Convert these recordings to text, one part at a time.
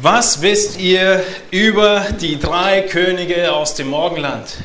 Was wisst ihr über die 3 Könige aus dem Morgenland?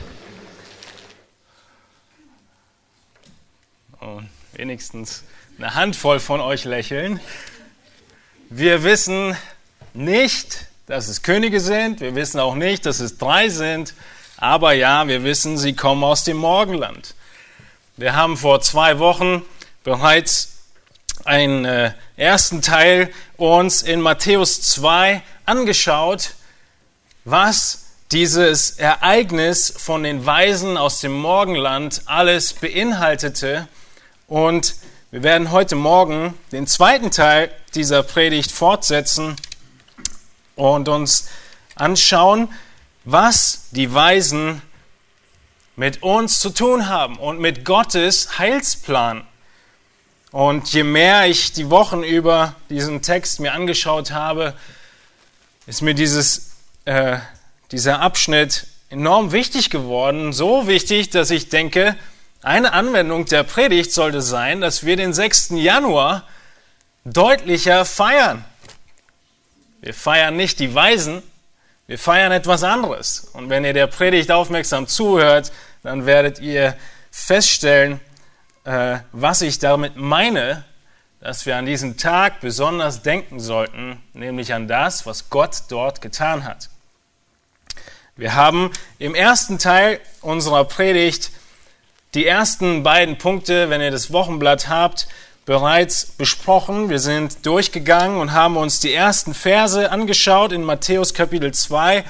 Oh, wenigstens eine Handvoll von euch lächeln. Wir wissen nicht, dass es Könige sind. Wir wissen auch nicht, dass es 3 sind. Aber ja, wir wissen, sie kommen aus dem Morgenland. Wir haben vor 2 Wochen bereits einen ersten Teil uns in Matthäus 2 angeschaut, was dieses Ereignis von den Weisen aus dem Morgenland alles beinhaltete. Und wir werden heute Morgen den zweiten Teil dieser Predigt fortsetzen und uns anschauen, was die Weisen mit uns zu tun haben und mit Gottes Heilsplan. Und je mehr ich die Wochen über diesen Text mir angeschaut habe, ist mir dieser Abschnitt enorm wichtig geworden. So wichtig, dass ich denke, eine Anwendung der Predigt sollte sein, dass wir den 6. Januar deutlicher feiern. Wir feiern nicht die Weisen, wir feiern etwas anderes. Und wenn ihr der Predigt aufmerksam zuhört, dann werdet ihr feststellen, was ich damit meine, dass wir an diesen Tag besonders denken sollten, nämlich an das, was Gott dort getan hat. Wir haben im ersten Teil unserer Predigt die ersten beiden Punkte, wenn ihr das Wochenblatt habt, bereits besprochen. Wir sind durchgegangen und haben uns die ersten Verse angeschaut in Matthäus Kapitel 2,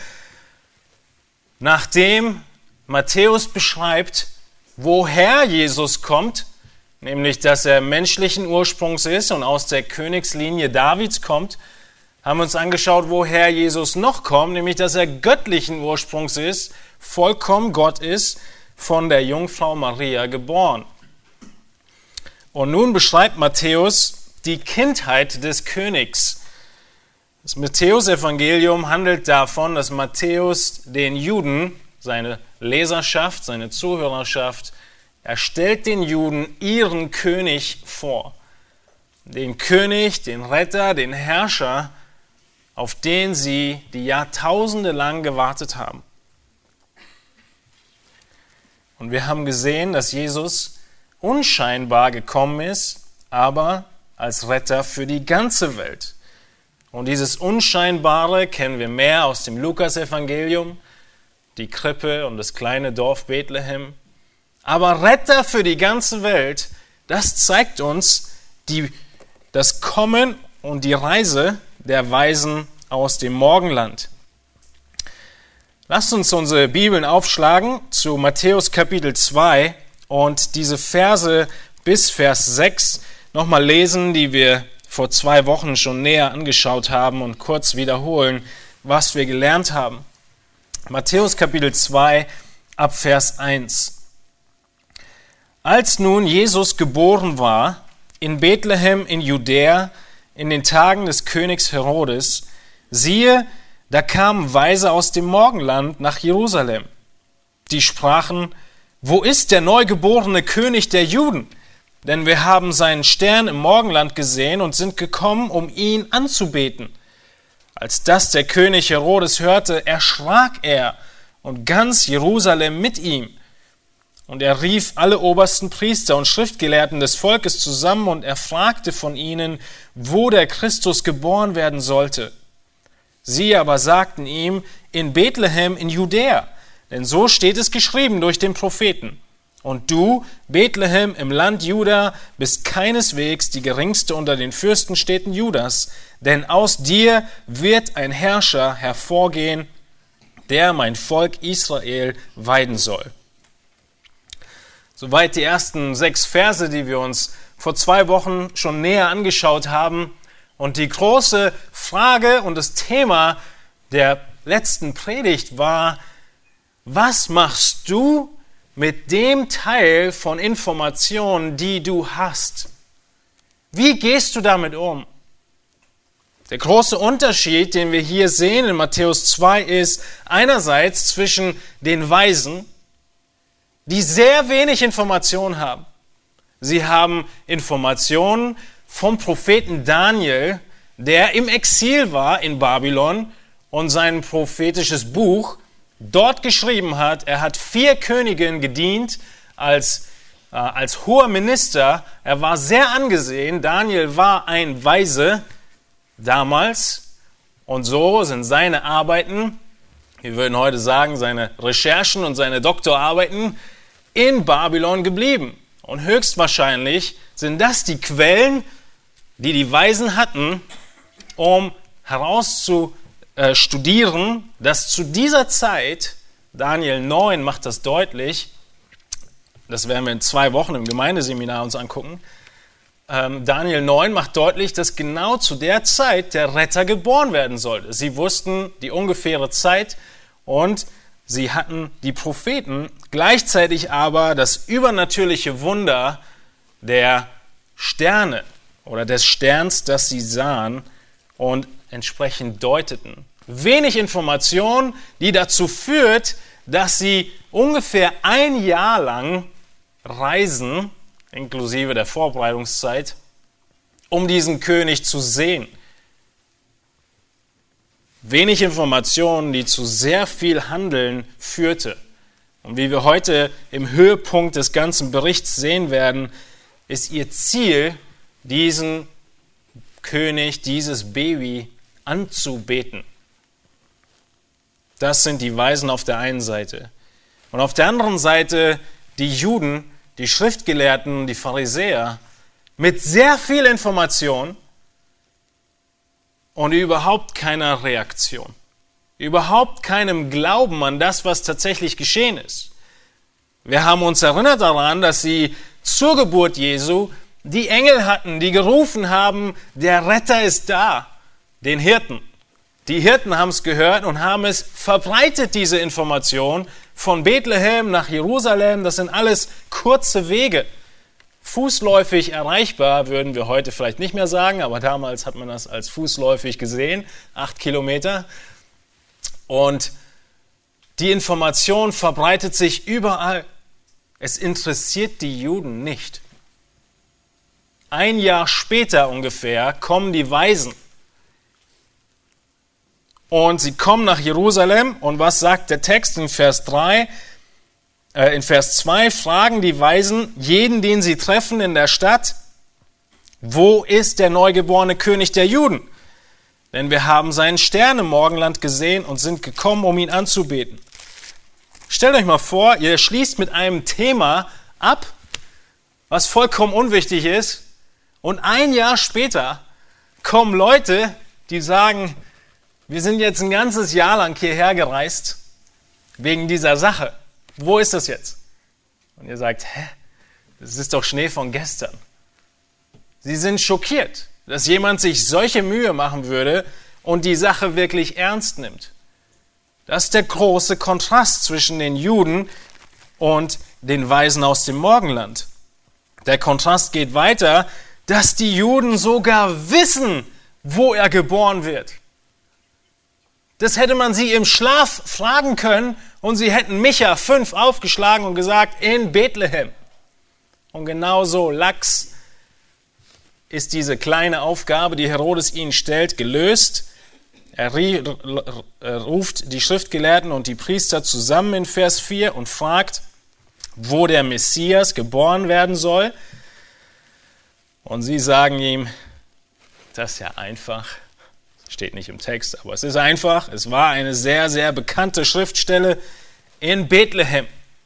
nachdem Matthäus beschreibt, woher Jesus kommt, nämlich dass er menschlichen Ursprungs ist und aus der Königslinie Davids kommt, haben wir uns angeschaut, woher Jesus noch kommt, nämlich dass er göttlichen Ursprungs ist, vollkommen Gott ist, von der Jungfrau Maria geboren. Und nun beschreibt Matthäus die Kindheit des Königs. Das Matthäus-Evangelium handelt davon, dass Matthäus den Juden, seine Leserschaft, seine Zuhörerschaft, er stellt den Juden ihren König vor. Den König, den Retter, den Herrscher, auf den sie die Jahrtausende lang gewartet haben. Und wir haben gesehen, dass Jesus unscheinbar gekommen ist, aber als Retter für die ganze Welt. Und dieses Unscheinbare kennen wir mehr aus dem Lukas-Evangelium, die Krippe und das kleine Dorf Bethlehem. Aber Retter für die ganze Welt, das zeigt uns das Kommen und die Reise der Weisen aus dem Morgenland. Lasst uns unsere Bibeln aufschlagen zu Matthäus Kapitel 2 und diese Verse bis Vers 6 nochmal lesen, die wir vor 2 Wochen schon näher angeschaut haben und kurz wiederholen, was wir gelernt haben. Matthäus Kapitel 2 ab Vers 1. Als nun Jesus geboren war, in Bethlehem in Judäa, in den Tagen des Königs Herodes, siehe, da kamen Weise aus dem Morgenland nach Jerusalem. Die sprachen, wo ist der neugeborene König der Juden? Denn wir haben seinen Stern im Morgenland gesehen und sind gekommen, um ihn anzubeten. Als das der König Herodes hörte, erschrak er und ganz Jerusalem mit ihm. Und er rief alle obersten Priester und Schriftgelehrten des Volkes zusammen und er fragte von ihnen, wo der Christus geboren werden sollte. Sie aber sagten ihm, in Bethlehem in Judäa, denn so steht es geschrieben durch den Propheten. Und du, Bethlehem im Land Juda, bist keineswegs die geringste unter den Fürstenstädten Judas, denn aus dir wird ein Herrscher hervorgehen, der mein Volk Israel weiden soll. Soweit die ersten 6 Verse, die wir uns vor 2 Wochen schon näher angeschaut haben. Und die große Frage und das Thema der letzten Predigt war, was machst du mit dem Teil von Informationen, die du hast? Wie gehst du damit um? Der große Unterschied, den wir hier sehen in Matthäus 2, ist einerseits zwischen den Weisen, die sehr wenig Informationen haben. Sie haben Informationen vom Propheten Daniel, der im Exil war in Babylon und sein prophetisches Buch dort geschrieben hat. Er hat 4 Königen gedient als hoher Minister. Er war sehr angesehen. Daniel war ein Weise damals. Und so sind seine Arbeiten, wir würden heute sagen, seine Recherchen und seine Doktorarbeiten in Babylon geblieben. Und höchstwahrscheinlich sind das die Quellen, die die Weisen hatten, um herauszustudieren, dass zu dieser Zeit, Daniel 9 macht das deutlich, das werden wir in 2 Wochen im Gemeindeseminar uns angucken, Daniel 9 macht deutlich, dass genau zu der Zeit der Retter geboren werden sollte. Sie wussten die ungefähre Zeit und sie hatten die Propheten, gleichzeitig aber das übernatürliche Wunder der Sterne oder des Sterns, das sie sahen und entsprechend deuteten. Wenig Information, die dazu führt, dass sie ungefähr 1 Jahr lang reisen, inklusive der Vorbereitungszeit, um diesen König zu sehen. Wenig Informationen, die zu sehr viel Handeln führte. Und wie wir heute im Höhepunkt des ganzen Berichts sehen werden, ist ihr Ziel, diesen König, dieses Baby anzubeten. Das sind die Weisen auf der einen Seite. Und auf der anderen Seite die Juden, die Schriftgelehrten, die Pharisäer mit sehr viel Information und überhaupt keiner Reaktion. Überhaupt keinem Glauben an das, was tatsächlich geschehen ist. Wir haben uns erinnert daran, dass sie zur Geburt Jesu die Engel hatten, die gerufen haben, der Retter ist da, den Hirten. Die Hirten haben es gehört und haben es verbreitet, diese Information, von Bethlehem nach Jerusalem. Das sind alles kurze Wege. Fußläufig erreichbar, würden wir heute vielleicht nicht mehr sagen, aber damals hat man das als fußläufig gesehen, 8 Kilometer. Und die Information verbreitet sich überall. Es interessiert die Juden nicht. 1 Jahr später ungefähr kommen die Weisen. Und sie kommen nach Jerusalem und was sagt der Text in Vers 2? Fragen die Weisen jeden, den sie treffen in der Stadt, wo ist der neugeborene König der Juden? Denn wir haben seinen Stern im Morgenland gesehen und sind gekommen, um ihn anzubeten. Stellt euch mal vor, ihr schließt mit einem Thema ab, was vollkommen unwichtig ist, und 1 Jahr später kommen Leute, die sagen, wir sind jetzt ein ganzes Jahr lang hierher gereist, wegen dieser Sache. Wo ist das jetzt? Und ihr sagt, das ist doch Schnee von gestern. Sie sind schockiert, dass jemand sich solche Mühe machen würde und die Sache wirklich ernst nimmt. Das ist der große Kontrast zwischen den Juden und den Weisen aus dem Morgenland. Der Kontrast geht weiter, dass die Juden sogar wissen, wo er geboren wird. Das hätte man sie im Schlaf fragen können und sie hätten Micha 5 aufgeschlagen und gesagt, in Bethlehem. Und genauso lax ist diese kleine Aufgabe, die Herodes ihnen stellt, gelöst. Er ruft die Schriftgelehrten und die Priester zusammen in Vers 4 und fragt, wo der Messias geboren werden soll. Und sie sagen ihm, das ist ja einfach. Steht nicht im Text, aber es ist einfach. Es war eine sehr, sehr bekannte Schriftstelle in Bethlehem.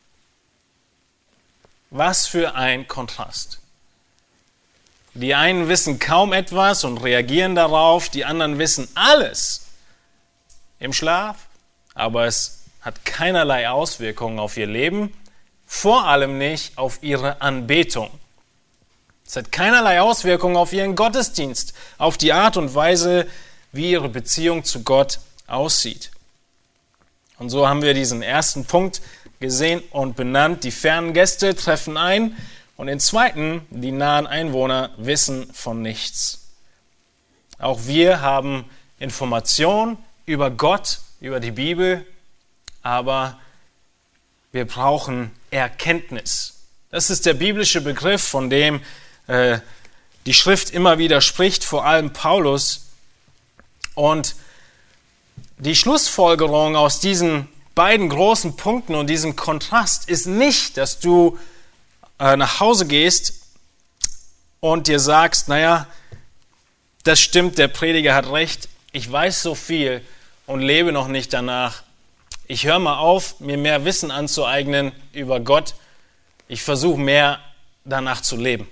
Was für ein Kontrast. Die einen wissen kaum etwas und reagieren darauf, die anderen wissen alles im Schlaf, aber es hat keinerlei Auswirkungen auf ihr Leben, vor allem nicht auf ihre Anbetung. Es hat keinerlei Auswirkungen auf ihren Gottesdienst, auf die Art und Weise, wie ihre Beziehung zu Gott aussieht. Und so haben wir diesen ersten Punkt gesehen und benannt. Die fernen Gäste treffen ein und den zweiten, die nahen Einwohner, wissen von nichts. Auch wir haben Informationen über Gott, über die Bibel, aber wir brauchen Erkenntnis. Das ist der biblische Begriff, von dem die Schrift immer wieder spricht, vor allem Paulus. Und die Schlussfolgerung aus diesen beiden großen Punkten und diesem Kontrast ist nicht, dass du nach Hause gehst und dir sagst, naja, das stimmt, der Prediger hat recht, ich weiß so viel und lebe noch nicht danach. Ich höre mal auf, mir mehr Wissen anzueignen über Gott. Ich versuche mehr danach zu leben.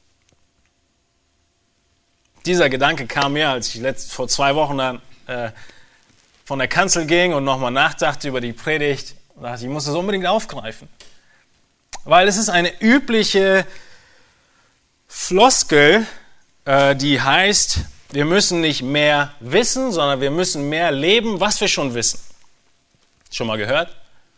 Dieser Gedanke kam mir, als ich vor 2 Wochen dann von der Kanzel ging und nochmal nachdachte über die Predigt. Und dachte, ich muss das unbedingt aufgreifen. Weil es ist eine übliche Floskel, die heißt, wir müssen nicht mehr wissen, sondern wir müssen mehr leben, was wir schon wissen. Schon mal gehört?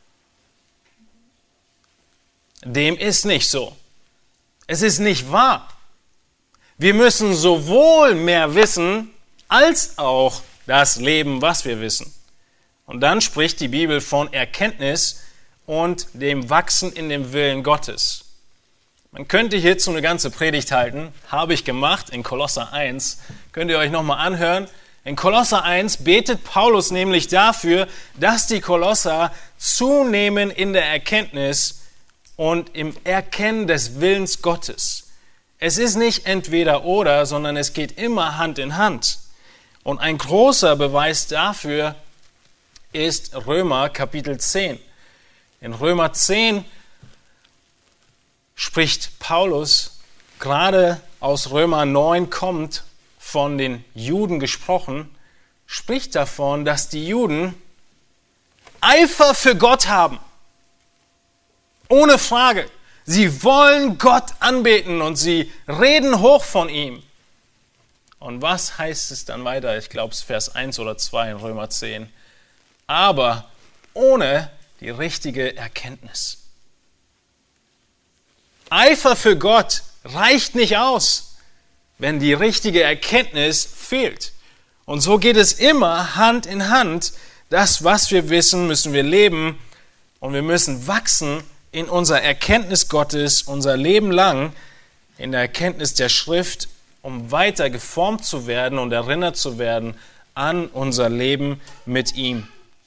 Dem ist nicht so. Es ist nicht wahr. Wir müssen sowohl mehr wissen, als auch das leben, was wir wissen. Und dann spricht die Bibel von Erkenntnis und dem Wachsen in dem Willen Gottes. Man könnte hierzu eine ganze Predigt halten, habe ich gemacht in Kolosser 1. Könnt ihr euch nochmal anhören. In Kolosser 1 betet Paulus nämlich dafür, dass die Kolosser zunehmen in der Erkenntnis und im Erkennen des Willens Gottes. Es ist nicht entweder oder, sondern es geht immer Hand in Hand. Und ein großer Beweis dafür ist Römer Kapitel 10. In Römer 10 spricht Paulus, gerade aus Römer 9 kommt, von den Juden gesprochen, spricht davon, dass die Juden Eifer für Gott haben. Ohne Frage. Sie wollen Gott anbeten und sie reden hoch von ihm. Und was heißt es dann weiter? Ich glaube, es ist Vers 1 oder 2 in Römer 10. Aber ohne die richtige Erkenntnis. Eifer für Gott reicht nicht aus, wenn die richtige Erkenntnis fehlt. Und so geht es immer Hand in Hand. Das, was wir wissen, müssen wir leben und wir müssen wachsen in unserer Erkenntnis Gottes, unser Leben lang, in der Erkenntnis der Schrift, um weiter geformt zu werden und erinnert zu werden an unser Leben mit ihm.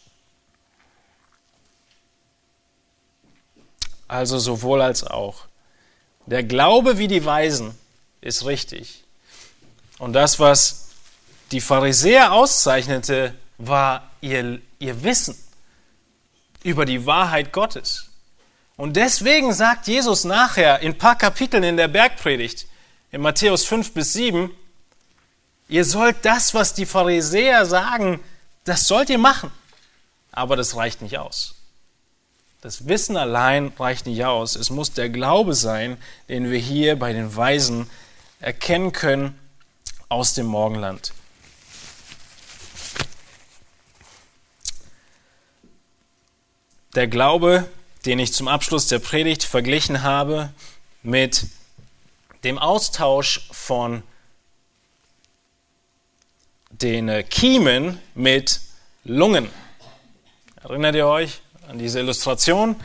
Also sowohl als auch. Der Glaube wie die Weisen ist richtig. Und das, was die Pharisäer auszeichnete, war ihr Wissen über die Wahrheit Gottes. Und deswegen sagt Jesus nachher in ein paar Kapiteln in der Bergpredigt, in Matthäus 5-7, ihr sollt das, was die Pharisäer sagen, das sollt ihr machen. Aber das reicht nicht aus. Das Wissen allein reicht nicht aus. Es muss der Glaube sein, den wir hier bei den Weisen erkennen können aus dem Morgenland. Der Glaube, den ich zum Abschluss der Predigt verglichen habe mit dem Austausch von den Kiemen mit Lungen. Erinnert ihr euch an diese Illustration?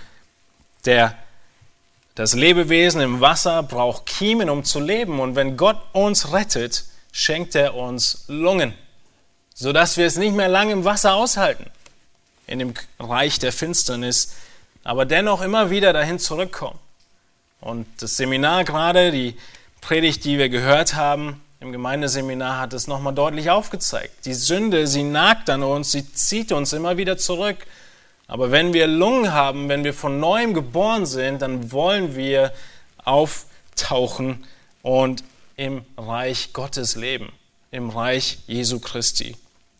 Das Lebewesen im Wasser braucht Kiemen, um zu leben. Und wenn Gott uns rettet, schenkt er uns Lungen, sodass wir es nicht mehr lange im Wasser aushalten, in dem Reich der Finsternis, aber dennoch immer wieder dahin zurückkommen. Und das Seminar gerade, die Predigt, die wir gehört haben, im Gemeindeseminar hat es nochmal deutlich aufgezeigt. Die Sünde, sie nagt an uns, sie zieht uns immer wieder zurück. Aber wenn wir Lungen haben, wenn wir von Neuem geboren sind, dann wollen wir auftauchen und im Reich Gottes leben, im Reich Jesu Christi.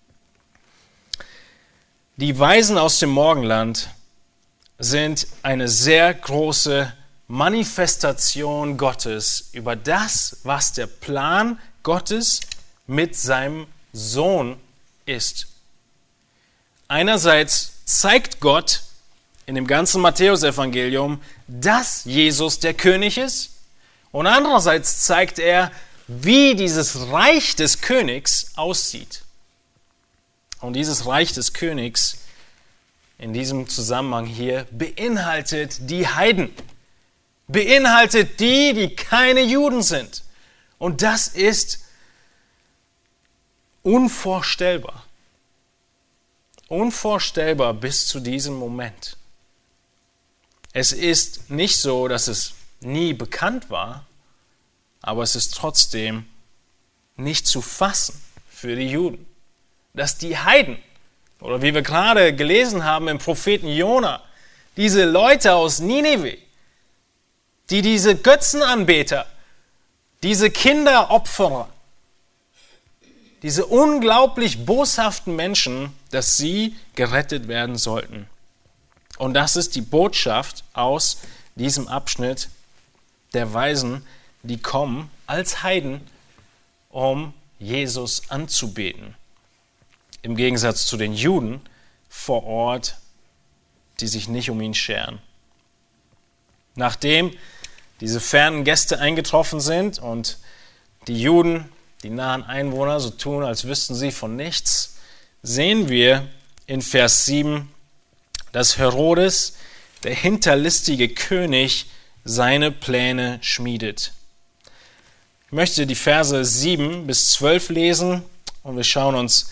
Die Weisen aus dem Morgenland sind eine sehr große Manifestation Gottes über das, was der Plan Gottes mit seinem Sohn ist. Einerseits zeigt Gott in dem ganzen Matthäusevangelium, dass Jesus der König ist, und andererseits zeigt er, wie dieses Reich des Königs aussieht. Und dieses Reich des Königs in diesem Zusammenhang hier beinhaltet die Heiden, beinhaltet die keine Juden sind. Und das ist unvorstellbar. Unvorstellbar bis zu diesem Moment. Es ist nicht so, dass es nie bekannt war, aber es ist trotzdem nicht zu fassen für die Juden, dass die Heiden, oder wie wir gerade gelesen haben im Propheten Jona, diese Leute aus Ninive, die diese Götzenanbeter, diese Kinderopferer, diese unglaublich boshaften Menschen, dass sie gerettet werden sollten. Und das ist die Botschaft aus diesem Abschnitt der Weisen, die kommen als Heiden, um Jesus anzubeten. Im Gegensatz zu den Juden vor Ort, die sich nicht um ihn scheren. Nachdem diese fernen Gäste eingetroffen sind und die Juden, die nahen Einwohner, so tun, als wüssten sie von nichts, sehen wir in Vers 7, dass Herodes, der hinterlistige König, seine Pläne schmiedet. Ich möchte die Verse 7 bis 12 lesen und wir schauen uns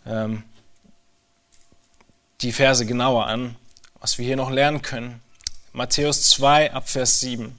die Verse genauer an, was wir hier noch lernen können. Matthäus 2, ab Vers 7.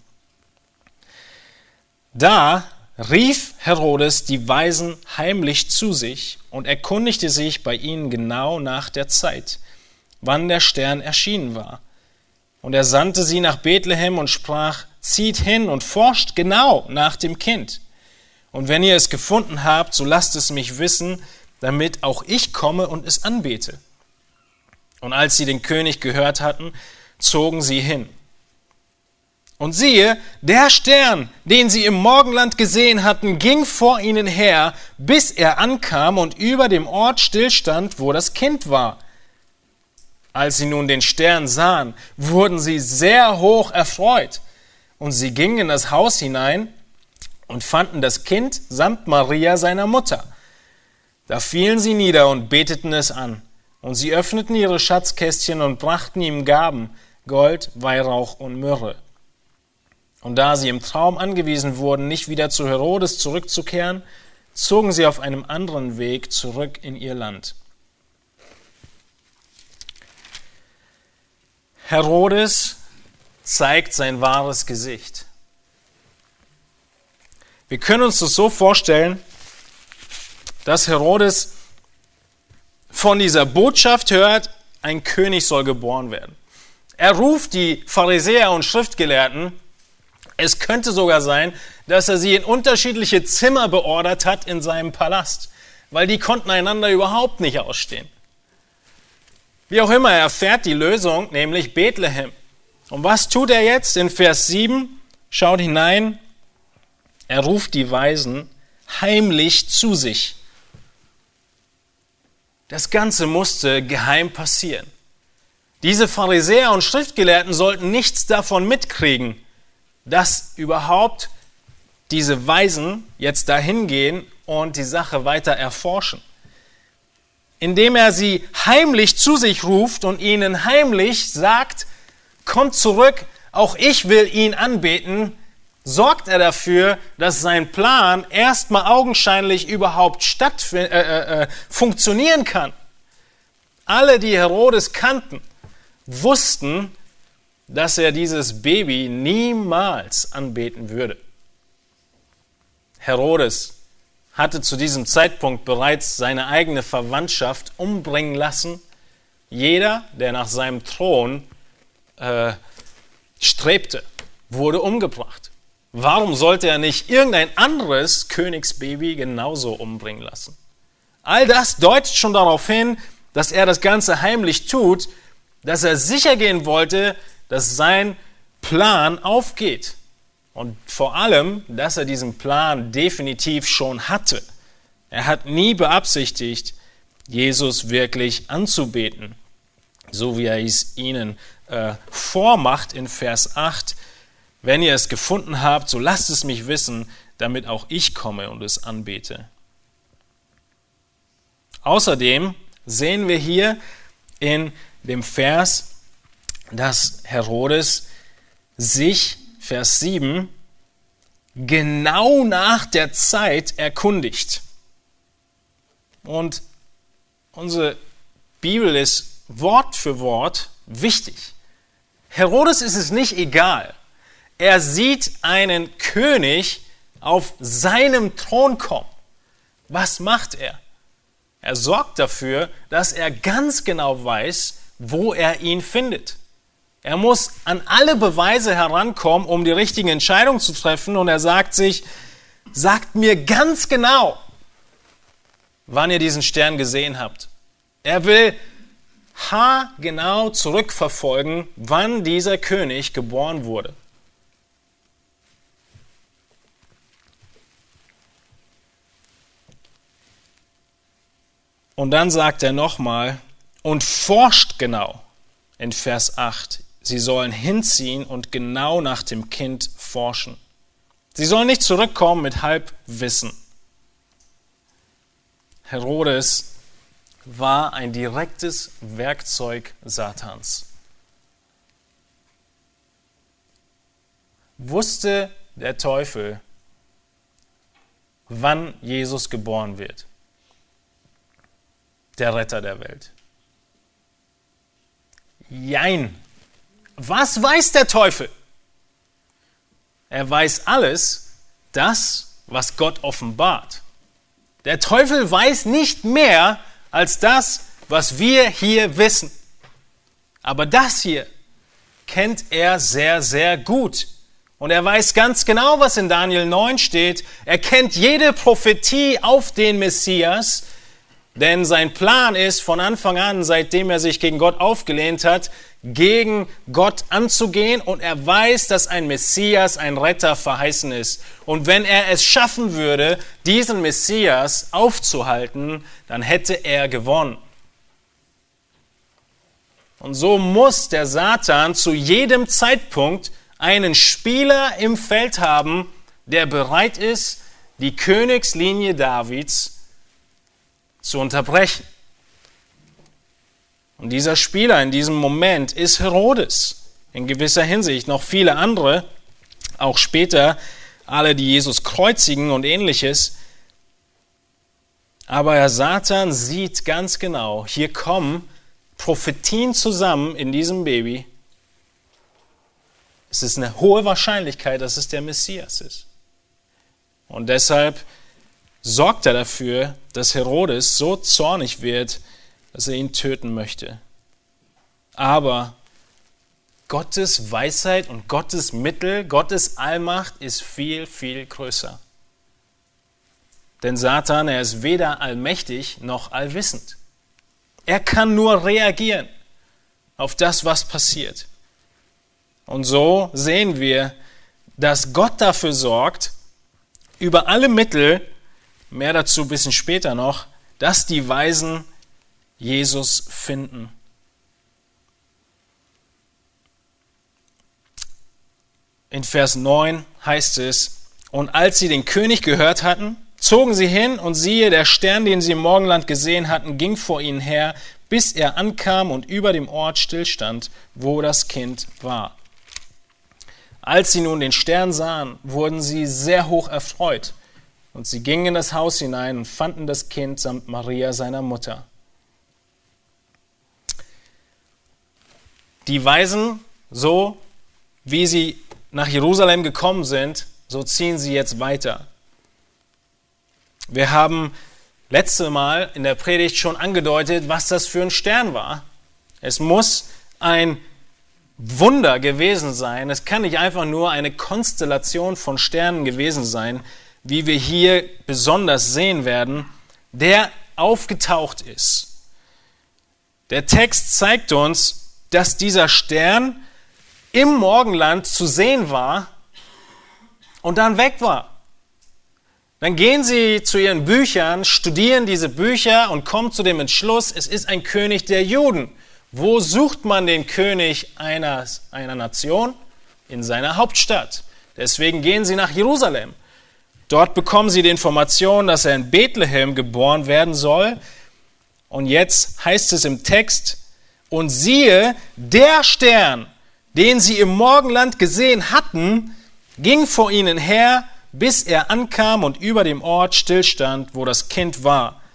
Da rief Herodes die Weisen heimlich zu sich und erkundigte sich bei ihnen genau nach der Zeit, wann der Stern erschienen war. Und er sandte sie nach Bethlehem und sprach, zieht hin und forscht genau nach dem Kind. Und wenn ihr es gefunden habt, so lasst es mich wissen, damit auch ich komme und es anbete. Und als sie den König gehört hatten, zogen sie hin. Und siehe, der Stern, den sie im Morgenland gesehen hatten, ging vor ihnen her, bis er ankam und über dem Ort stillstand, wo das Kind war. Als sie nun den Stern sahen, wurden sie sehr hoch erfreut. Und sie gingen in das Haus hinein und fanden das Kind samt Maria, seiner Mutter. Da fielen sie nieder und beteten es an. Und sie öffneten ihre Schatzkästchen und brachten ihm Gaben, Gold, Weihrauch und Myrrhe. Und da sie im Traum angewiesen wurden, nicht wieder zu Herodes zurückzukehren, zogen sie auf einem anderen Weg zurück in ihr Land. Herodes zeigt sein wahres Gesicht. Wir können uns das so vorstellen, dass Herodes von dieser Botschaft hört, ein König soll geboren werden. Er ruft die Pharisäer und Schriftgelehrten. Es könnte sogar sein, dass er sie in unterschiedliche Zimmer beordert hat in seinem Palast, weil die konnten einander überhaupt nicht ausstehen. Wie auch immer, er erfährt die Lösung, nämlich Bethlehem. Und was tut er jetzt in Vers 7? Schaut hinein. Er ruft die Weisen heimlich zu sich. Das Ganze musste geheim passieren. Diese Pharisäer und Schriftgelehrten sollten nichts davon mitkriegen, dass überhaupt diese Weisen jetzt dahin gehen und die Sache weiter erforschen. Indem er sie heimlich zu sich ruft und ihnen heimlich sagt, kommt zurück, auch ich will ihn anbeten, sorgt er dafür, dass sein Plan erstmal augenscheinlich überhaupt funktionieren kann. Alle, die Herodes kannten, wussten, dass er dieses Baby niemals anbeten würde. Herodes hatte zu diesem Zeitpunkt bereits seine eigene Verwandtschaft umbringen lassen. Jeder, der nach seinem Thron strebte, wurde umgebracht. Warum sollte er nicht irgendein anderes Königsbaby genauso umbringen lassen? All das deutet schon darauf hin, dass er das Ganze heimlich tut, dass er sicher gehen wollte, dass sein Plan aufgeht. Und vor allem, dass er diesen Plan definitiv schon hatte. Er hat nie beabsichtigt, Jesus wirklich anzubeten, so wie er es ihnen vormacht in Vers 8. Wenn ihr es gefunden habt, so lasst es mich wissen, damit auch ich komme und es anbete. Außerdem sehen wir hier in dem Vers, dass Herodes sich, Vers 7, genau nach der Zeit erkundigt. Und unsere Bibel ist Wort für Wort wichtig. Herodes ist es nicht egal. Er sieht einen König auf seinem Thron kommen. Was macht er? Er sorgt dafür, dass er ganz genau weiß, wo er ihn findet. Er muss an alle Beweise herankommen, um die richtigen Entscheidungen zu treffen. Und er sagt sich, sagt mir ganz genau, wann ihr diesen Stern gesehen habt. Er will haargenau zurückverfolgen, wann dieser König geboren wurde. Und dann sagt er nochmal, und forscht genau in Vers 8. Sie sollen hinziehen und genau nach dem Kind forschen. Sie sollen nicht zurückkommen mit Halbwissen. Herodes war ein direktes Werkzeug Satans. Wusste der Teufel, wann Jesus geboren wird? Der Retter der Welt. Jein. Was weiß der Teufel? Er weiß alles, das, was Gott offenbart. Der Teufel weiß nicht mehr als das, was wir hier wissen. Aber das hier kennt er sehr, sehr gut. Und er weiß ganz genau, was in Daniel 9 steht. Er kennt jede Prophetie auf den Messias. Denn sein Plan ist von Anfang an, seitdem er sich gegen Gott aufgelehnt hat, gegen Gott anzugehen. Und er weiß, dass ein Messias, ein Retter verheißen ist. Und wenn er es schaffen würde, diesen Messias aufzuhalten, dann hätte er gewonnen. Und so muss der Satan zu jedem Zeitpunkt einen Spieler im Feld haben, der bereit ist, die Königslinie Davids zu unterbrechen. Und dieser Spieler in diesem Moment ist Herodes. In gewisser Hinsicht noch viele andere, auch später alle, die Jesus kreuzigen und ähnliches. Aber der Satan sieht ganz genau, hier kommen Prophetien zusammen in diesem Baby. Es ist eine hohe Wahrscheinlichkeit, dass es der Messias ist. Und deshalb sorgt er dafür, dass Herodes so zornig wird, dass er ihn töten möchte. Aber Gottes Weisheit und Gottes Mittel, Gottes Allmacht ist viel, viel größer. Denn Satan, er ist weder allmächtig noch allwissend. Er kann nur reagieren auf das, was passiert. Und so sehen wir, dass Gott dafür sorgt, über alle Mittel, mehr dazu ein bisschen später noch, dass die Weisen Jesus finden. In Vers 9 heißt es, und als sie den König gehört hatten, zogen sie hin und siehe, der Stern, den sie im Morgenland gesehen hatten, ging vor ihnen her, bis er ankam und über dem Ort stillstand, wo das Kind war. Als sie nun den Stern sahen, wurden sie sehr hoch erfreut. Und sie gingen in das Haus hinein und fanden das Kind samt Maria, seiner Mutter. Die Weisen, so wie sie nach Jerusalem gekommen sind, so ziehen sie jetzt weiter. Wir haben letzte Mal in der Predigt schon angedeutet, was das für ein Stern war. Es muss ein Wunder gewesen sein. Es kann nicht einfach nur eine Konstellation von Sternen gewesen sein, wie wir hier besonders sehen werden, der aufgetaucht ist. Der Text zeigt uns, dass dieser Stern im Morgenland zu sehen war und dann weg war. Dann gehen sie zu ihren Büchern, studieren diese Bücher und kommen zu dem Entschluss, es ist ein König der Juden. Wo sucht man den König einer Nation? In seiner Hauptstadt. Deswegen gehen sie nach Jerusalem. Dort bekommen sie die Information, dass er in Bethlehem geboren werden soll. Und jetzt heißt es im Text, und siehe, der Stern, den sie im Morgenland gesehen hatten, ging vor ihnen her, bis er ankam und über dem Ort stillstand, wo das Kind war.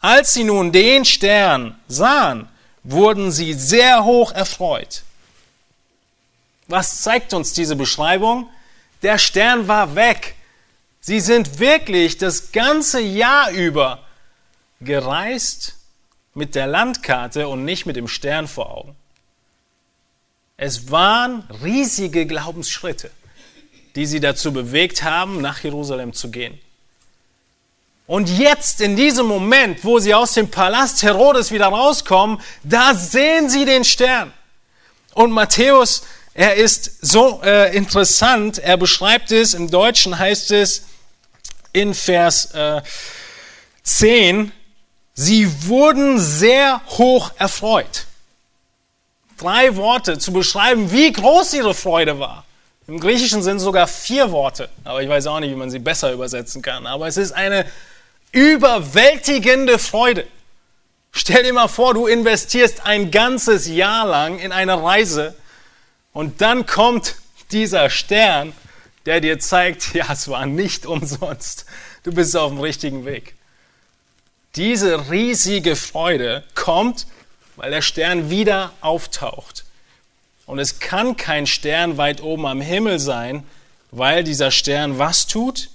Als sie nun den Stern sahen, wurden sie sehr hoch erfreut. Was zeigt uns diese Beschreibung? Der Stern war weg. Sie sind wirklich das ganze Jahr über gereist mit der Landkarte und nicht mit dem Stern vor Augen. Es waren riesige Glaubensschritte, die sie dazu bewegt haben, nach Jerusalem zu gehen. Und jetzt, in diesem Moment, wo sie aus dem Palast Herodes wieder rauskommen, da sehen sie den Stern. Und Matthäus, er ist so interessant, er beschreibt es, im Deutschen heißt es in Vers 10, sie wurden sehr hoch erfreut. 3 Worte zu beschreiben, wie groß ihre Freude war. Im Griechischen sind es sogar 4 Worte, aber ich weiß auch nicht, wie man sie besser übersetzen kann. Aber es ist eine überwältigende Freude. Stell dir mal vor, du investierst ein ganzes Jahr lang in eine Reise und dann kommt dieser Stern, der dir zeigt, ja, es war nicht umsonst. Du bist auf dem richtigen Weg. Diese riesige Freude kommt, weil der Stern wieder auftaucht. Und es kann kein Stern weit oben am Himmel sein, weil dieser Stern was tut?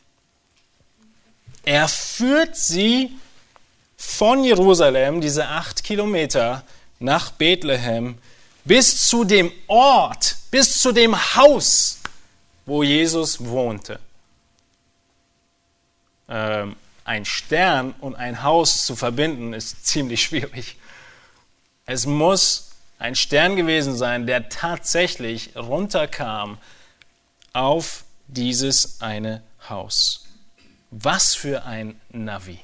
Er führt sie von Jerusalem, diese 8 Kilometer, nach Bethlehem, bis zu dem Ort, bis zu dem Haus, wo Jesus wohnte. Ein Stern und ein Haus zu verbinden, ist ziemlich schwierig. Es muss ein Stern gewesen sein, der tatsächlich runterkam auf dieses eine Haus. Was für ein Navi.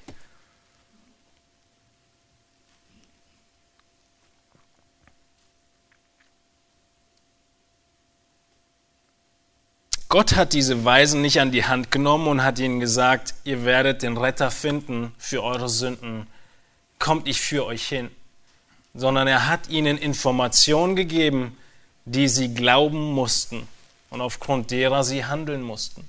Gott hat diese Weisen nicht an die Hand genommen und hat ihnen gesagt, ihr werdet den Retter finden für eure Sünden. Kommt, ich führe euch hin. Sondern er hat ihnen Informationen gegeben, die sie glauben mussten und aufgrund derer sie handeln mussten.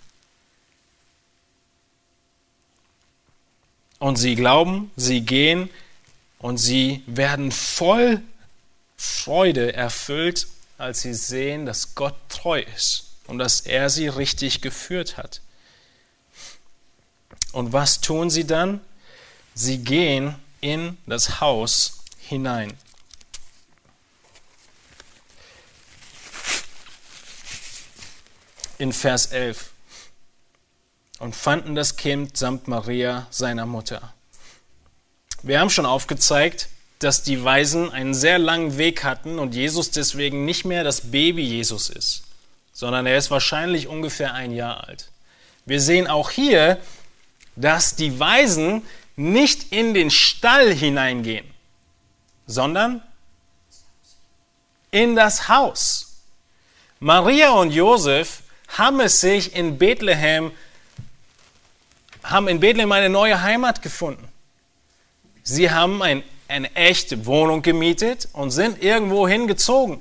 Und sie glauben, sie gehen und sie werden voll Freude erfüllt, als sie sehen, dass Gott treu ist und dass er sie richtig geführt hat. Und was tun sie dann? Sie gehen in das Haus hinein. In Vers 11. Und fanden das Kind samt Maria, seiner Mutter. Wir haben schon aufgezeigt, dass die Weisen einen sehr langen Weg hatten und Jesus deswegen nicht mehr das Baby Jesus ist, sondern er ist wahrscheinlich ungefähr 1 Jahr alt. Wir sehen auch hier, dass die Weisen nicht in den Stall hineingehen, sondern in das Haus. Maria und Josef haben in Bethlehem eine neue Heimat gefunden. Sie haben eine echte Wohnung gemietet und sind irgendwo hingezogen.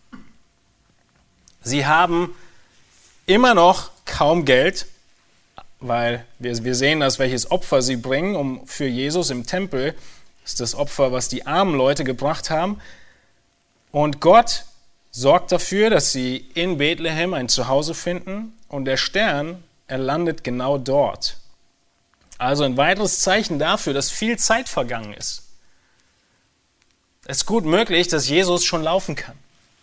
Sie haben immer noch kaum Geld, weil wir sehen, dass welches Opfer sie bringen, für Jesus im Tempel. Das ist das Opfer, was die armen Leute gebracht haben. Und Gott sorgt dafür, dass sie in Bethlehem ein Zuhause finden und der Stern, er landet genau dort. Also ein weiteres Zeichen dafür, dass viel Zeit vergangen ist. Es ist gut möglich, dass Jesus schon laufen kann.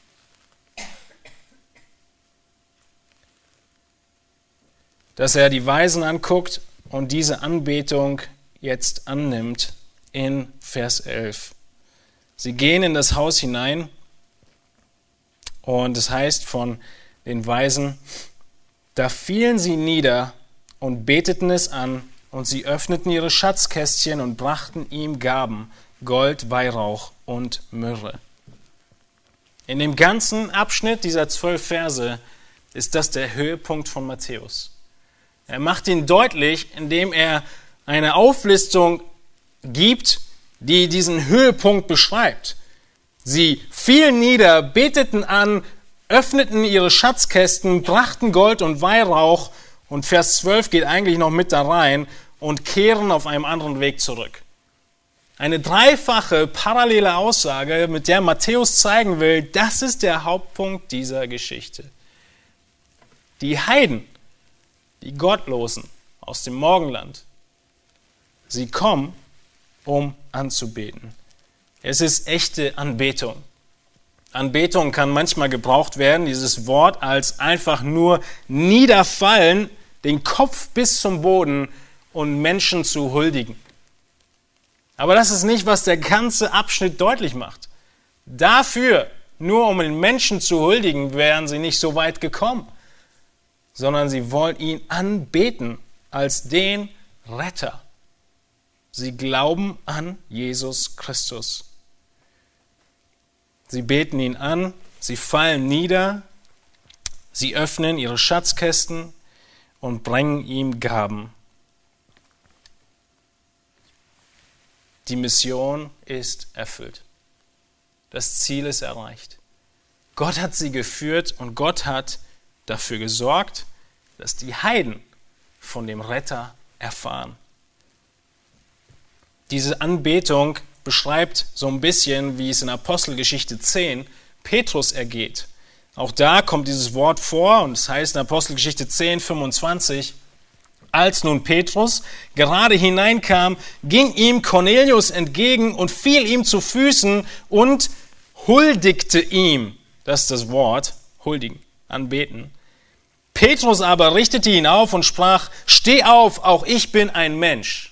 Dass er die Weisen anguckt und diese Anbetung jetzt annimmt in Vers 11. Sie gehen in das Haus hinein und es heißt von den Weisen, da fielen sie nieder und beteten es an und sie öffneten ihre Schatzkästchen und brachten ihm Gaben, Gold, Weihrauch und Myrrhe. In dem ganzen Abschnitt dieser 12 Verse ist das der Höhepunkt von Matthäus. Er macht ihn deutlich, indem er eine Auflistung gibt, die diesen Höhepunkt beschreibt. Sie fielen nieder, beteten an, öffneten ihre Schatzkästen, brachten Gold und Weihrauch und Vers 12 geht eigentlich noch mit da rein und kehren auf einem anderen Weg zurück. Eine dreifache parallele Aussage, mit der Matthäus zeigen will, das ist der Hauptpunkt dieser Geschichte. Die Heiden, die Gottlosen aus dem Morgenland, sie kommen, um anzubeten. Es ist echte Anbetung. Anbetung kann manchmal gebraucht werden, dieses Wort, als einfach nur niederfallen, den Kopf bis zum Boden und Menschen zu huldigen. Aber das ist nicht, was der ganze Abschnitt deutlich macht. Dafür, nur um den Menschen zu huldigen, wären sie nicht so weit gekommen, sondern sie wollen ihn anbeten als den Retter. Sie glauben an Jesus Christus. Sie beten ihn an, sie fallen nieder, sie öffnen ihre Schatzkästen und bringen ihm Gaben. Die Mission ist erfüllt. Das Ziel ist erreicht. Gott hat sie geführt und Gott hat dafür gesorgt, dass die Heiden von dem Retter erfahren. Diese Anbetung beschreibt so ein bisschen, wie es in Apostelgeschichte 10 Petrus ergeht. Auch da kommt dieses Wort vor und es heißt in Apostelgeschichte 10, 25, als nun Petrus gerade hineinkam, ging ihm Cornelius entgegen und fiel ihm zu Füßen und huldigte ihm. Das ist das Wort, huldigen, anbeten. Petrus aber richtete ihn auf und sprach, steh auf, auch ich bin ein Mensch.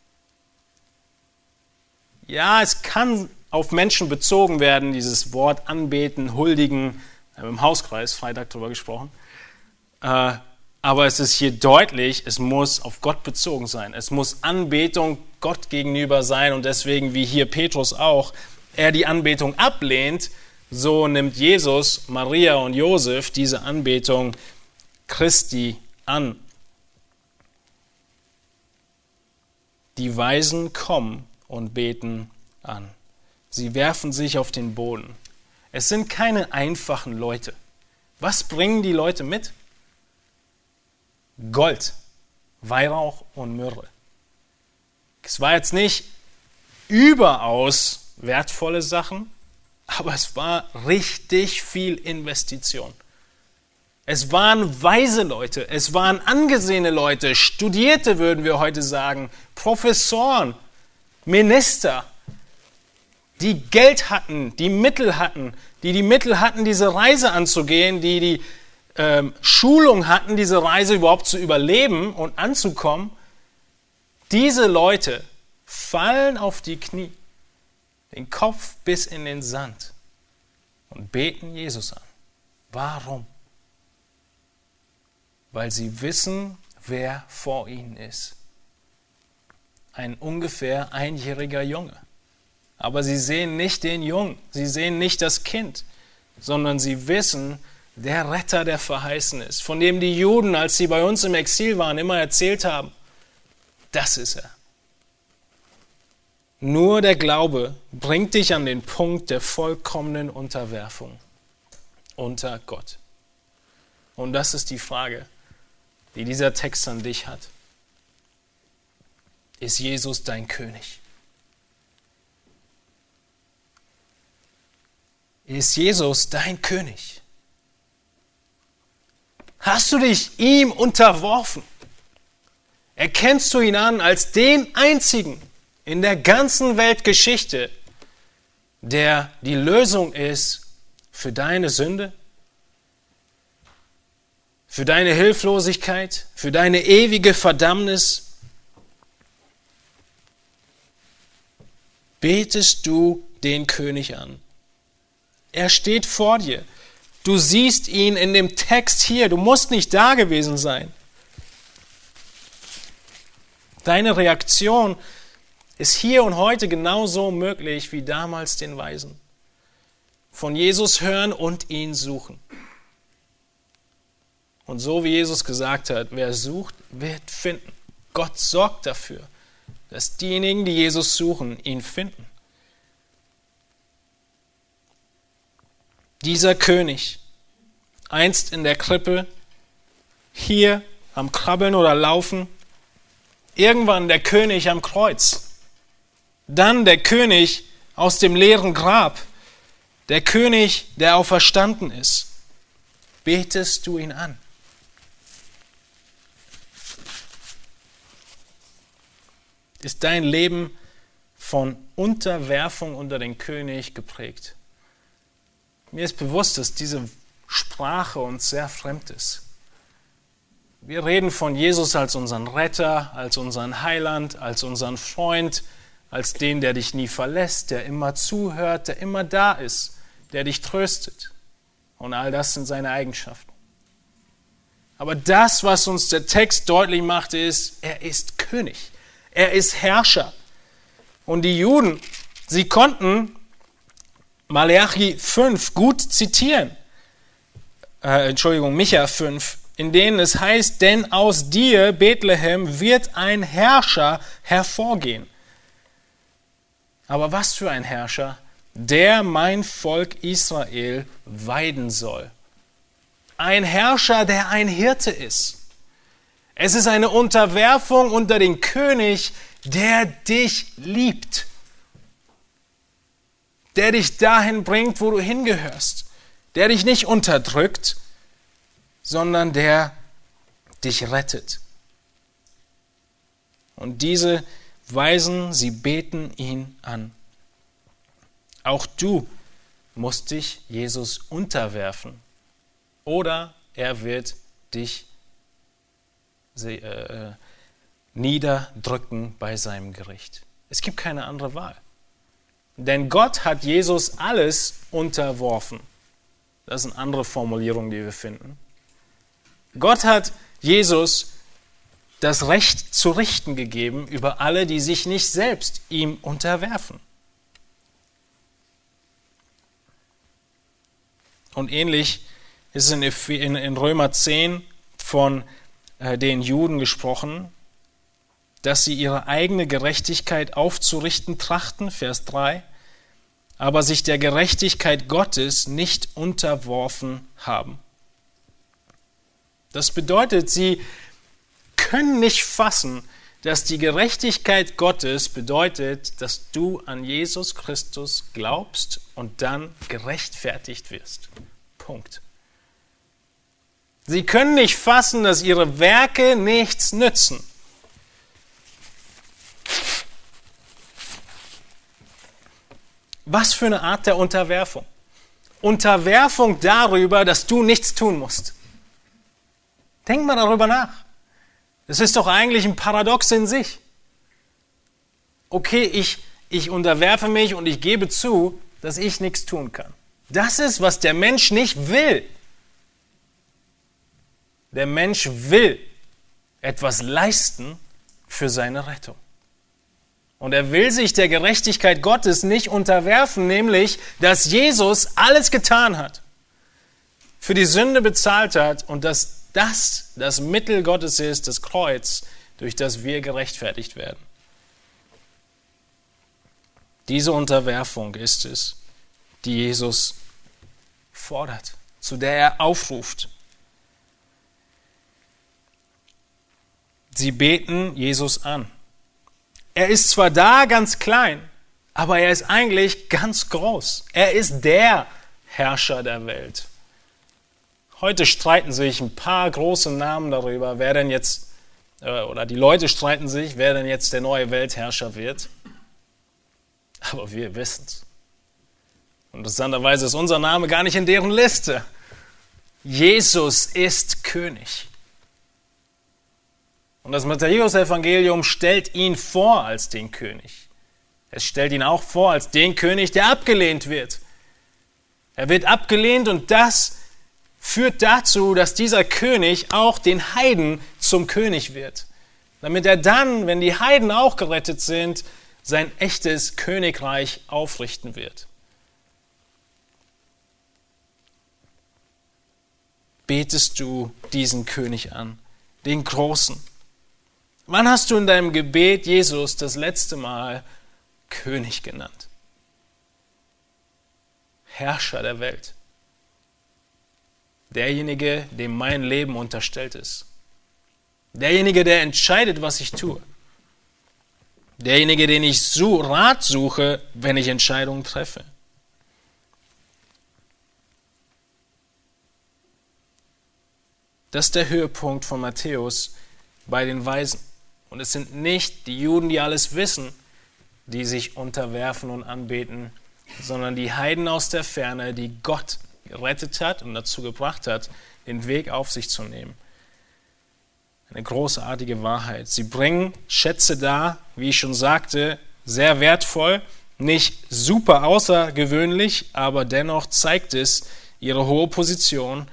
Ja, es kann auf Menschen bezogen werden, dieses Wort anbeten, huldigen. Wir haben im Hauskreis Freitag darüber gesprochen. Aber es ist hier deutlich, es muss auf Gott bezogen sein. Es muss Anbetung Gott gegenüber sein und deswegen, wie hier Petrus auch, er die Anbetung ablehnt, so nimmt Jesus, Maria und Josef diese Anbetung Christi an. Die Weisen kommen und beten an. Sie werfen sich auf den Boden. Es sind keine einfachen Leute. Was bringen die Leute mit? Gold, Weihrauch und Myrrhe. Es war jetzt nicht überaus wertvolle Sachen, aber es war richtig viel Investition. Es waren weise Leute, es waren angesehene Leute, Studierte würden wir heute sagen, Professoren, Minister, die Geld hatten, die Mittel hatten, diese Reise anzugehen, die Schulung hatten, diese Reise überhaupt zu überleben und anzukommen. Diese Leute fallen auf die Knie, den Kopf bis in den Sand und beten Jesus an. Warum? Weil sie wissen, wer vor ihnen ist. Ein ungefähr einjähriger Junge. Aber sie sehen nicht den Jungen, sie sehen nicht das Kind, sondern sie wissen, der Retter, der verheißen ist, von dem die Juden, als sie bei uns im Exil waren, immer erzählt haben, das ist er. Nur der Glaube bringt dich an den Punkt der vollkommenen Unterwerfung unter Gott. Und das ist die Frage, die dieser Text an dich hat. Ist Jesus dein König? Ist Jesus dein König? Hast du dich ihm unterworfen? Erkennst du ihn an als den einzigen in der ganzen Weltgeschichte, der die Lösung ist für deine Sünde, für deine Hilflosigkeit, für deine ewige Verdammnis? Betest du den König an? Er steht vor dir. Du siehst ihn in dem Text hier. Du musst nicht da gewesen sein. Deine Reaktion ist hier und heute genauso möglich wie damals den Weisen. Von Jesus hören und ihn suchen. Und so wie Jesus gesagt hat, wer sucht, wird finden. Gott sorgt dafür, dass diejenigen, die Jesus suchen, ihn finden. Dieser König, einst in der Krippe, hier am Krabbeln oder Laufen, irgendwann der König am Kreuz. Dann der König aus dem leeren Grab, der König, der auferstanden ist. Betest du ihn an? Ist dein Leben von Unterwerfung unter den König geprägt? Mir ist bewusst, dass diese Sprache uns sehr fremd ist. Wir reden von Jesus als unseren Retter, als unseren Heiland, als unseren Freund, als den, der dich nie verlässt, der immer zuhört, der immer da ist, der dich tröstet. Und all das sind seine Eigenschaften. Aber das, was uns der Text deutlich macht, ist, er ist König. Er ist Herrscher. Und die Juden, sie konnten Maleachi 5 gut zitieren. Micha 5, in denen es heißt, denn aus dir, Bethlehem, wird ein Herrscher hervorgehen. Aber was für ein Herrscher? Der mein Volk Israel weiden soll. Ein Herrscher, der ein Hirte ist. Es ist eine Unterwerfung unter den König, der dich liebt. Der dich dahin bringt, wo du hingehörst. Der dich nicht unterdrückt, sondern der dich rettet. Und diese Weisen, sie beten ihn an. Auch du musst dich Jesus unterwerfen, oder er wird dich niederdrücken bei seinem Gericht. Es gibt keine andere Wahl. Denn Gott hat Jesus alles unterworfen. Das ist eine andere Formulierung, die wir finden. Gott hat Jesus das Recht zu richten gegeben über alle, die sich nicht selbst ihm unterwerfen. Und ähnlich ist es in Römer 10 von den Juden gesprochen, dass sie ihre eigene Gerechtigkeit aufzurichten trachten, Vers 3, aber sich der Gerechtigkeit Gottes nicht unterworfen haben. Das bedeutet, sie können nicht fassen, dass die Gerechtigkeit Gottes bedeutet, dass du an Jesus Christus glaubst und dann gerechtfertigt wirst. Punkt. Sie können nicht fassen, dass ihre Werke nichts nützen. Was für eine Art der Unterwerfung? Unterwerfung darüber, dass du nichts tun musst. Denk mal darüber nach. Das ist doch eigentlich ein Paradox in sich. Okay, ich unterwerfe mich und ich gebe zu, dass ich nichts tun kann. Das ist, was der Mensch nicht will. Der Mensch will etwas leisten für seine Rettung. Und er will sich der Gerechtigkeit Gottes nicht unterwerfen, nämlich, dass Jesus alles getan hat, für die Sünde bezahlt hat und dass das Mittel Gottes ist, das Kreuz, durch das wir gerechtfertigt werden. Diese Unterwerfung ist es, die Jesus fordert, zu der er aufruft. Sie beten Jesus an. Er ist zwar da ganz klein, aber er ist eigentlich ganz groß. Er ist der Herrscher der Welt. Heute streiten sich ein paar große Namen darüber, wer denn jetzt, oder die Leute streiten sich, wer denn jetzt der neue Weltherrscher wird. Aber wir wissen es. Interessanterweise ist unser Name gar nicht in deren Liste. Jesus ist König. Und das Matthäus-Evangelium stellt ihn vor als den König. Es stellt ihn auch vor als den König, der abgelehnt wird. Er wird abgelehnt und das führt dazu, dass dieser König auch den Heiden zum König wird. Damit er dann, wenn die Heiden auch gerettet sind, sein echtes Königreich aufrichten wird. Betest du diesen König an, den Großen? Wann hast du in deinem Gebet Jesus das letzte Mal König genannt? Herrscher der Welt. Derjenige, dem mein Leben unterstellt ist. Derjenige, der entscheidet, was ich tue. Derjenige, den ich Rat suche, wenn ich Entscheidungen treffe. Das ist der Höhepunkt von Matthäus bei den Weisen. Und es sind nicht die Juden, die alles wissen, die sich unterwerfen und anbeten, sondern die Heiden aus der Ferne, die Gott gerettet hat und dazu gebracht hat, den Weg auf sich zu nehmen. Eine großartige Wahrheit. Sie bringen Schätze dar, wie ich schon sagte, sehr wertvoll, nicht super außergewöhnlich, aber dennoch zeigt es ihre hohe Position.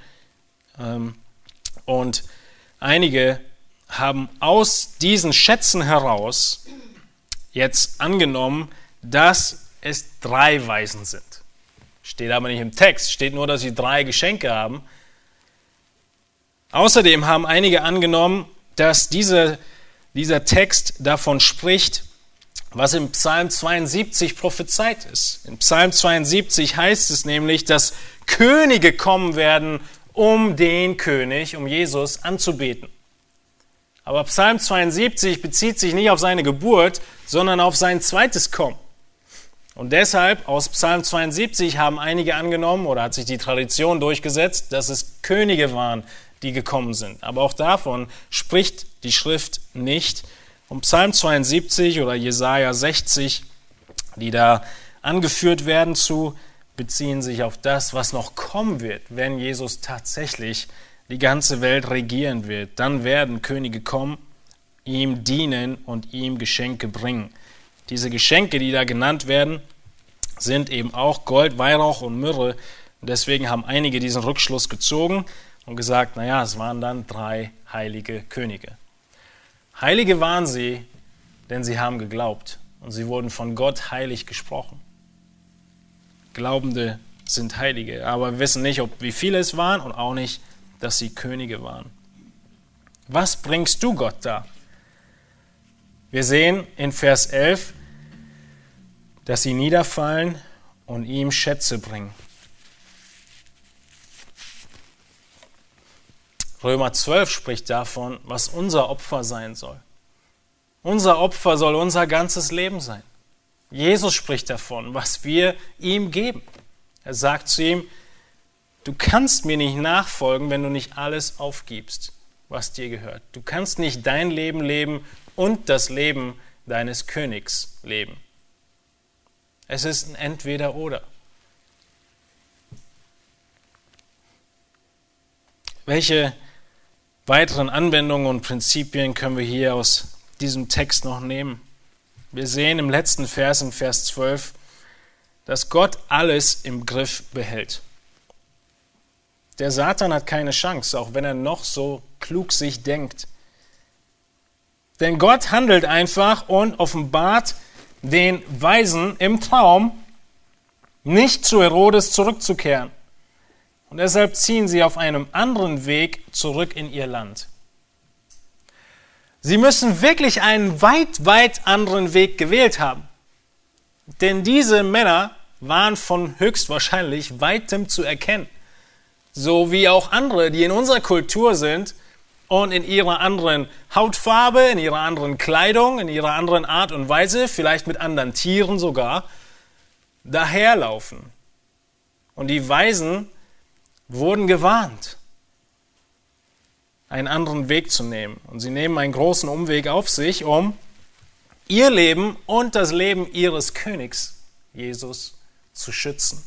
Und einige haben aus diesen Schätzen heraus jetzt angenommen, dass es 3 Weisen sind. Steht aber nicht im Text, steht nur, dass sie 3 Geschenke haben. Außerdem haben einige angenommen, dass dieser Text davon spricht, was im Psalm 72 prophezeit ist. In Psalm 72 heißt es nämlich, dass Könige kommen werden, um den König, um Jesus anzubeten. Aber Psalm 72 bezieht sich nicht auf seine Geburt, sondern auf sein zweites Kommen. Und deshalb, aus Psalm 72 haben einige angenommen, oder hat sich die Tradition durchgesetzt, dass es Könige waren, die gekommen sind. Aber auch davon spricht die Schrift nicht. Und Psalm 72 oder Jesaja 60, die da angeführt werden beziehen sich auf das, was noch kommen wird, wenn Jesus tatsächlich die ganze Welt regieren wird. Dann werden Könige kommen, ihm dienen und ihm Geschenke bringen. Diese Geschenke, die da genannt werden, sind eben auch Gold, Weihrauch und Myrrhe. Und deswegen haben einige diesen Rückschluss gezogen und gesagt, naja, es waren dann 3 heilige Könige. Heilige waren sie, denn sie haben geglaubt und sie wurden von Gott heilig gesprochen. Glaubende sind Heilige, aber wir wissen nicht, wie viele es waren und auch nicht, dass sie Könige waren. Was bringst du Gott da? Wir sehen in Vers 11, dass sie niederfallen und ihm Schätze bringen. Römer 12 spricht davon, was unser Opfer sein soll. Unser Opfer soll unser ganzes Leben sein. Jesus spricht davon, was wir ihm geben. Er sagt zu ihm, du kannst mir nicht nachfolgen, wenn du nicht alles aufgibst, was dir gehört. Du kannst nicht dein Leben leben und das Leben deines Königs leben. Es ist ein Entweder-Oder. Welche weiteren Anwendungen und Prinzipien können wir hier aus diesem Text noch nehmen? Wir sehen im letzten Vers, in Vers 12, dass Gott alles im Griff behält. Der Satan hat keine Chance, auch wenn er noch so klug sich denkt. Denn Gott handelt einfach und offenbart den Weisen im Traum, nicht zu Herodes zurückzukehren. Und deshalb ziehen sie auf einem anderen Weg zurück in ihr Land. Sie müssen wirklich einen weit, weit anderen Weg gewählt haben. Denn diese Männer waren von höchstwahrscheinlich weitem zu erkennen. So wie auch andere, die in unserer Kultur sind und in ihrer anderen Hautfarbe, in ihrer anderen Kleidung, in ihrer anderen Art und Weise, vielleicht mit anderen Tieren sogar, daherlaufen. Und die Weisen wurden gewarnt, einen anderen Weg zu nehmen. Und sie nehmen einen großen Umweg auf sich, um ihr Leben und das Leben ihres Königs, Jesus, zu schützen.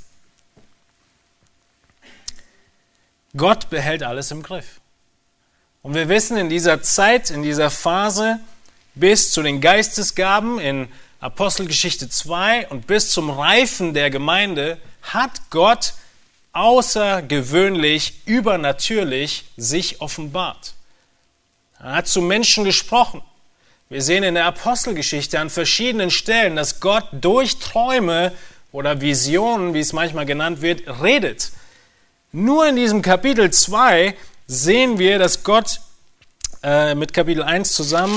Gott behält alles im Griff. Und wir wissen, in dieser Zeit, in dieser Phase, bis zu den Geistesgaben in Apostelgeschichte 2 und bis zum Reifen der Gemeinde, hat Gott außergewöhnlich, übernatürlich sich offenbart. Er hat zu Menschen gesprochen. Wir sehen in der Apostelgeschichte an verschiedenen Stellen, dass Gott durch Träume oder Visionen, wie es manchmal genannt wird, redet. Nur in diesem Kapitel 2 sehen wir, dass Gott mit Kapitel 1 zusammen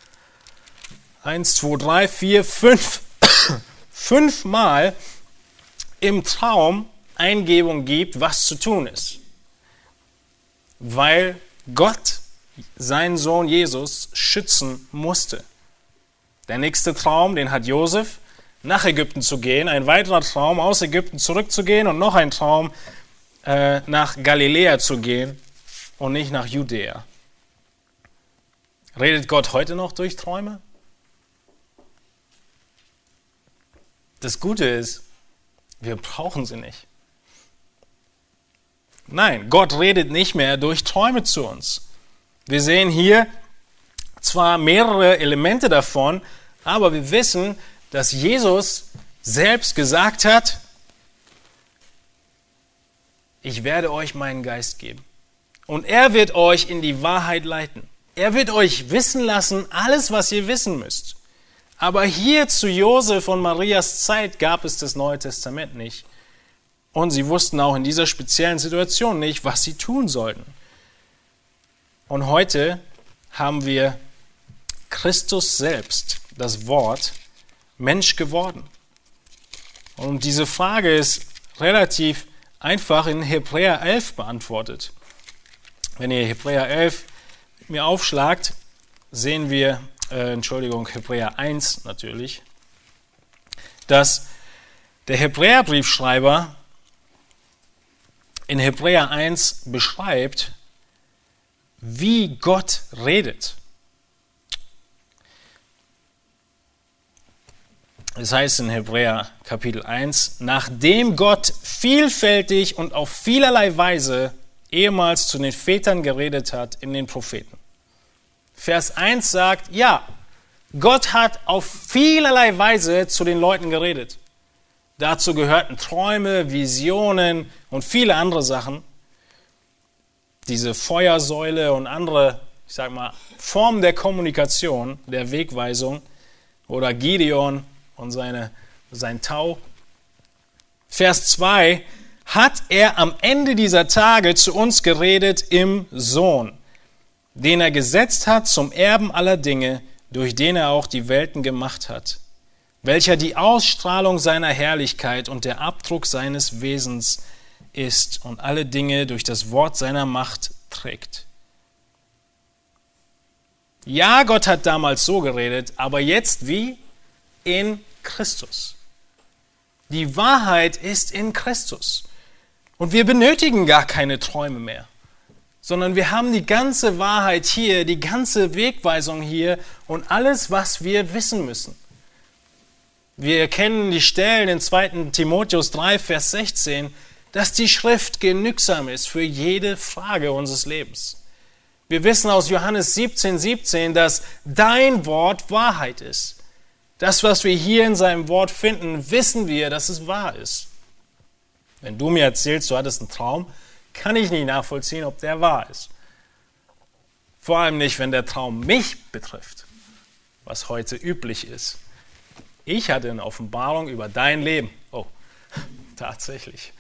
1, 2, 3, 4, 5 Mal im Traum Eingebung gibt, was zu tun ist. Weil Gott seinen Sohn Jesus schützen musste. Der nächste Traum, den hat Josef, nach Ägypten zu gehen. Ein weiterer Traum, aus Ägypten zurückzugehen. Und noch ein Traum, nach Galiläa zu gehen und nicht nach Judäa. Redet Gott heute noch durch Träume? Das Gute ist, wir brauchen sie nicht. Nein, Gott redet nicht mehr durch Träume zu uns. Wir sehen hier zwar mehrere Elemente davon, aber wir wissen, dass Jesus selbst gesagt hat, ich werde euch meinen Geist geben. Und er wird euch in die Wahrheit leiten. Er wird euch wissen lassen, alles, was ihr wissen müsst. Aber hier zu Josef und Marias Zeit gab es das Neue Testament nicht. Und sie wussten auch in dieser speziellen Situation nicht, was sie tun sollten. Und heute haben wir Christus selbst, das Wort, Mensch geworden. Und diese Frage ist relativ einfach in Hebräer 11 beantwortet. Wenn ihr Hebräer 11 mir aufschlagt, sehen wir, Hebräer 1 natürlich, dass der Hebräerbriefschreiber in Hebräer 1 beschreibt, wie Gott redet. Es heißt in Hebräer Kapitel 1, nachdem Gott vielfältig und auf vielerlei Weise ehemals zu den Vätern geredet hat in den Propheten. Vers 1 sagt, ja, Gott hat auf vielerlei Weise zu den Leuten geredet. Dazu gehörten Träume, Visionen und viele andere Sachen. Diese Feuersäule und andere, Formen der Kommunikation, der Wegweisung oder Gideon und sein Tau. Vers 2, hat er am Ende dieser Tage zu uns geredet im Sohn, den er gesetzt hat zum Erben aller Dinge, durch den er auch die Welten gemacht hat, welcher die Ausstrahlung seiner Herrlichkeit und der Abdruck seines Wesens ist und alle Dinge durch das Wort seiner Macht trägt. Ja, Gott hat damals so geredet, aber jetzt wie? In Christus. Die Wahrheit ist in Christus. Und wir benötigen gar keine Träume mehr, sondern wir haben die ganze Wahrheit hier, die ganze Wegweisung hier und alles, was wir wissen müssen. Wir kennen die Stellen in 2. Timotheus 3, Vers 16, dass die Schrift genügsam ist für jede Frage unseres Lebens. Wir wissen aus Johannes 17, dass dein Wort Wahrheit ist. Das, was wir hier in seinem Wort finden, wissen wir, dass es wahr ist. Wenn du mir erzählst, du hattest einen Traum, kann ich nicht nachvollziehen, ob der wahr ist. Vor allem nicht, wenn der Traum mich betrifft, was heute üblich ist. Ich hatte eine Offenbarung über dein Leben. Oh, tatsächlich.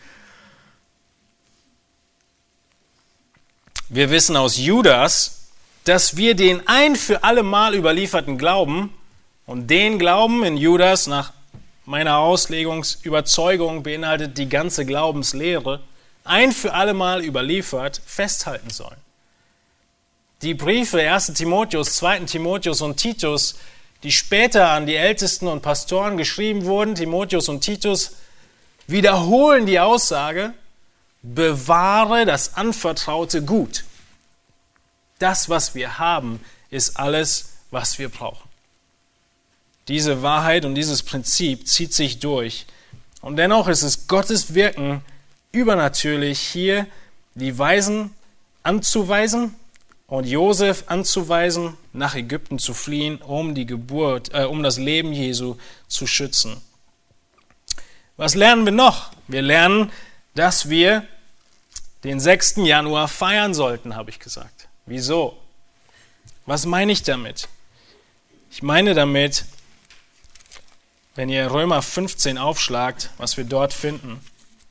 Wir wissen aus Judas, dass wir den ein für alle Mal überlieferten Glauben und den Glauben in Judas nach meiner Auslegungsüberzeugung beinhaltet die ganze Glaubenslehre, ein für alle Mal überliefert, festhalten sollen. Die Briefe 1. Timotheus, 2. Timotheus und Titus, die später an die Ältesten und Pastoren geschrieben wurden, Timotheus und Titus, wiederholen die Aussage, bewahre das anvertraute Gut. Das, was wir haben, ist alles, was wir brauchen. Diese Wahrheit und dieses Prinzip zieht sich durch. Und dennoch ist es Gottes Wirken übernatürlich, hier die Weisen anzuweisen und Josef anzuweisen, nach Ägypten zu fliehen, um das Leben Jesu zu schützen. Was lernen wir noch? Wir lernen, dass wir den 6. Januar feiern sollten, habe ich gesagt. Wieso? Was meine ich damit? Ich meine damit, wenn ihr Römer 15 aufschlagt, was wir dort finden.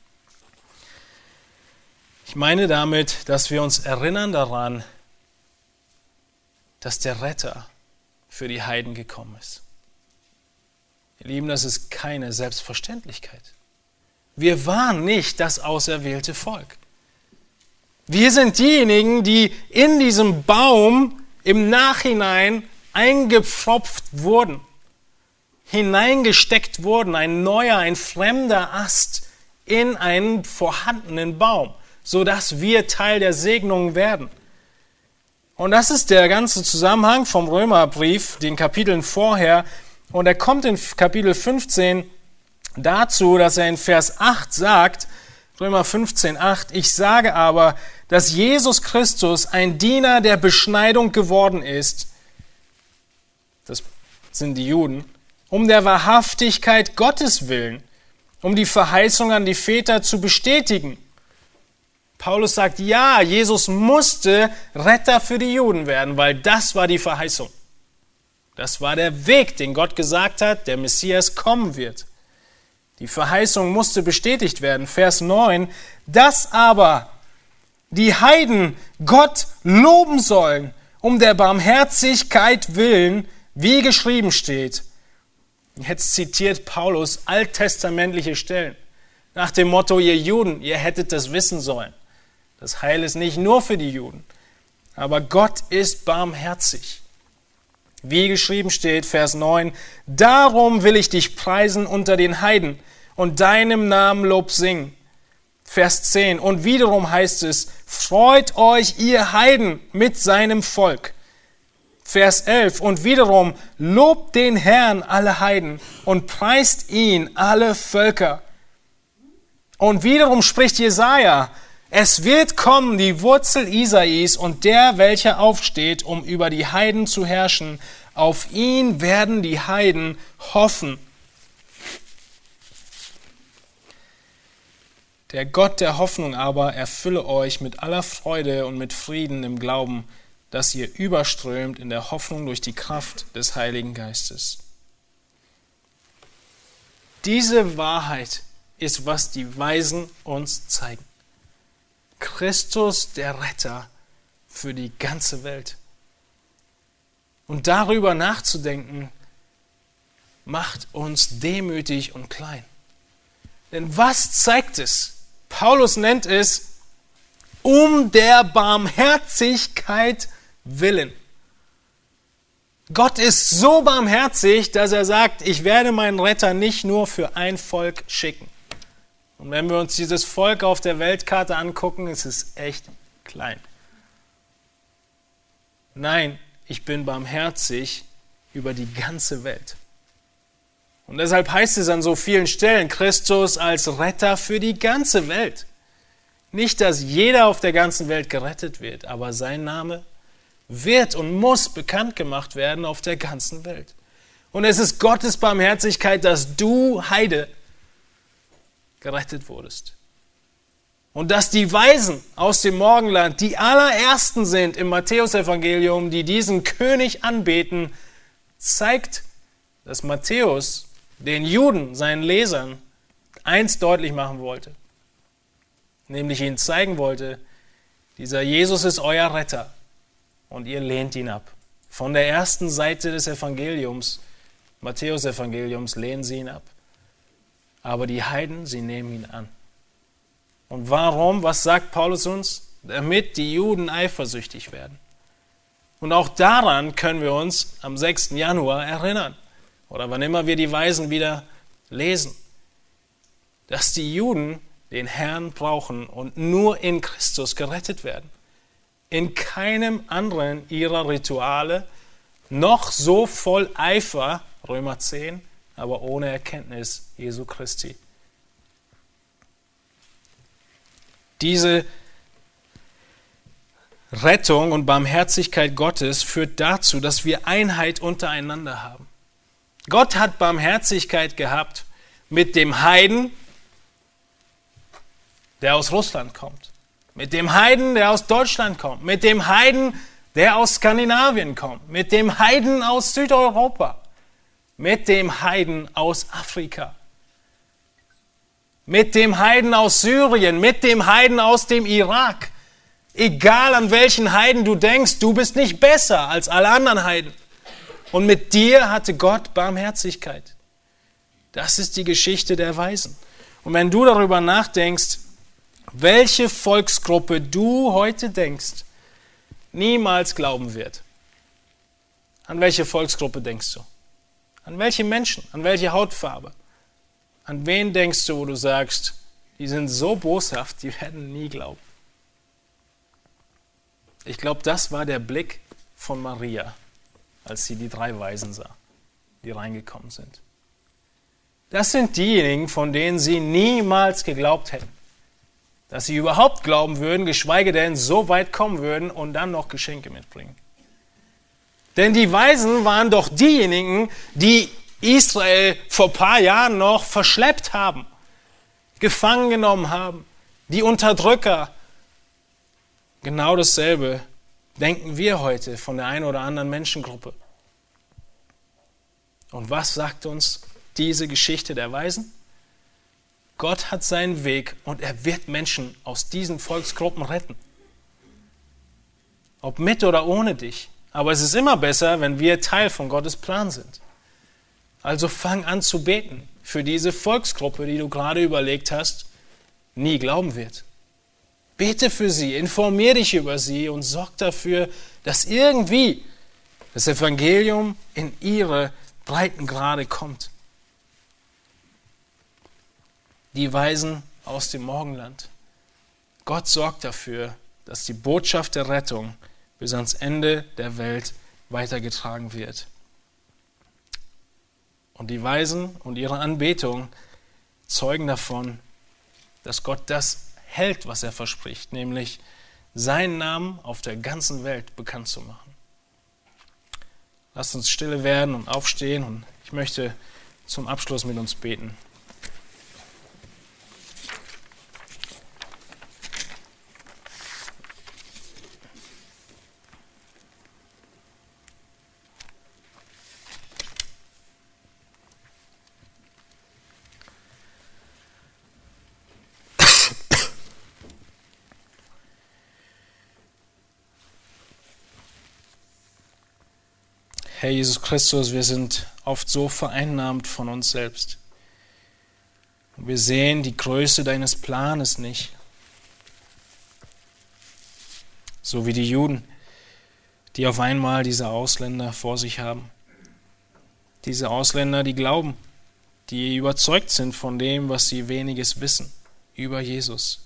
Ich meine damit, dass wir uns erinnern daran, dass der Retter für die Heiden gekommen ist. Ihr Lieben, das ist keine Selbstverständlichkeit. Wir waren nicht das auserwählte Volk. Wir sind diejenigen, die in diesem Baum im Nachhinein eingepfropft wurden. hineingesteckt wurden, ein neuer, ein fremder Ast in einen vorhandenen Baum, sodass wir Teil der Segnung werden. Und das ist der ganze Zusammenhang vom Römerbrief, den Kapiteln vorher. Und er kommt in Kapitel 15 dazu, dass er in Vers 8 sagt, Römer 15, 8, ich sage aber, dass Jesus Christus ein Diener der Beschneidung geworden ist, das sind die Juden, um der Wahrhaftigkeit Gottes willen, um die Verheißung an die Väter zu bestätigen. Paulus sagt, ja, Jesus musste Retter für die Juden werden, weil das war die Verheißung. Das war der Weg, den Gott gesagt hat, der Messias kommen wird. Die Verheißung musste bestätigt werden. Vers 9, dass aber die Heiden Gott loben sollen, um der Barmherzigkeit willen, wie geschrieben steht. Jetzt zitiert Paulus alttestamentliche Stellen nach dem Motto, ihr Juden, ihr hättet das wissen sollen. Das Heil ist nicht nur für die Juden, aber Gott ist barmherzig. Wie geschrieben steht, Vers 9, darum will ich dich preisen unter den Heiden und deinem Namen Lob singen. Vers 10, und wiederum heißt es, freut euch, ihr Heiden, mit seinem Volk. Vers 11, und wiederum lobt den Herrn alle Heiden und preist ihn alle Völker. Und wiederum spricht Jesaja, es wird kommen die Wurzel Isais und der, welcher aufsteht, um über die Heiden zu herrschen. Auf ihn werden die Heiden hoffen. Der Gott der Hoffnung aber erfülle euch mit aller Freude und mit Frieden im Glauben, dass ihr überströmt in der Hoffnung durch die Kraft des Heiligen Geistes. Diese Wahrheit ist, was die Weisen uns zeigen. Christus, der Retter für die ganze Welt. Und darüber nachzudenken, macht uns demütig und klein. Denn was zeigt es? Paulus nennt es, um der Barmherzigkeit willen. Gott ist so barmherzig, dass er sagt, ich werde meinen Retter nicht nur für ein Volk schicken. Und wenn wir uns dieses Volk auf der Weltkarte angucken, ist es echt klein. Nein, ich bin barmherzig über die ganze Welt. Und deshalb heißt es an so vielen Stellen, Christus als Retter für die ganze Welt. Nicht, dass jeder auf der ganzen Welt gerettet wird, aber sein Name wird und muss bekannt gemacht werden auf der ganzen Welt. Und es ist Gottes Barmherzigkeit, dass du, Heide, gerettet wurdest. Und dass die Weisen aus dem Morgenland die allerersten sind im Matthäusevangelium, die diesen König anbeten, zeigt, dass Matthäus den Juden, seinen Lesern, eins deutlich machen wollte. Nämlich ihnen zeigen wollte, dieser Jesus ist euer Retter und ihr lehnt ihn ab. Von der ersten Seite des Evangeliums, Matthäusevangeliums, lehnen sie ihn ab. Aber die Heiden, sie nehmen ihn an. Und warum? Was sagt Paulus uns? Damit die Juden eifersüchtig werden. Und auch daran können wir uns am 6. Januar erinnern. Oder wann immer wir die Weisen wieder lesen. Dass die Juden den Herrn brauchen und nur in Christus gerettet werden. In keinem anderen ihrer Rituale, noch so voll Eifer, Römer 10, aber ohne Erkenntnis Jesu Christi. Diese Rettung und Barmherzigkeit Gottes führt dazu, dass wir Einheit untereinander haben. Gott hat Barmherzigkeit gehabt mit dem Heiden, der aus Russland kommt, mit dem Heiden, der aus Deutschland kommt, mit dem Heiden, der aus Skandinavien kommt, mit dem Heiden aus Südeuropa, mit dem Heiden aus Afrika, mit dem Heiden aus Syrien, mit dem Heiden aus dem Irak. Egal an welchen Heiden du denkst, du bist nicht besser als alle anderen Heiden. Und mit dir hatte Gott Barmherzigkeit. Das ist die Geschichte der Weisen. Und wenn du darüber nachdenkst, welche Volksgruppe du heute denkst, niemals glauben wird, an welche Volksgruppe denkst du? An welche Menschen? An welche Hautfarbe? An wen denkst du, wo du sagst, die sind so boshaft, die werden nie glauben? Ich glaube, das war der Blick von Maria, als sie die 3 Weisen sah, die reingekommen sind. Das sind diejenigen, von denen sie niemals geglaubt hätten, dass sie überhaupt glauben würden, geschweige denn so weit kommen würden und dann noch Geschenke mitbringen. Denn die Weisen waren doch diejenigen, die Israel vor ein paar Jahren noch verschleppt haben, gefangen genommen haben, die Unterdrücker. Genau dasselbe denken wir heute von der einen oder anderen Menschengruppe. Und was sagt uns diese Geschichte der Weisen? Gott hat seinen Weg und er wird Menschen aus diesen Volksgruppen retten. Ob mit oder ohne dich. Aber es ist immer besser, wenn wir Teil von Gottes Plan sind. Also fang an zu beten für diese Volksgruppe, die du gerade überlegt hast, nie glauben wird. Bete für sie, informier dich über sie und sorg dafür, dass irgendwie das Evangelium in ihre Breitengrade kommt. Die Weisen aus dem Morgenland. Gott sorgt dafür, dass die Botschaft der Rettung bis ans Ende der Welt weitergetragen wird. Und die Weisen und ihre Anbetung zeugen davon, dass Gott das hält, was er verspricht, nämlich seinen Namen auf der ganzen Welt bekannt zu machen. Lasst uns stille werden und aufstehen und ich möchte zum Abschluss mit uns beten. Herr Jesus Christus, wir sind oft so vereinnahmt von uns selbst. Und wir sehen die Größe deines Planes nicht. So wie die Juden, die auf einmal diese Ausländer vor sich haben. Diese Ausländer, die glauben, die überzeugt sind von dem, was sie weniges wissen über Jesus.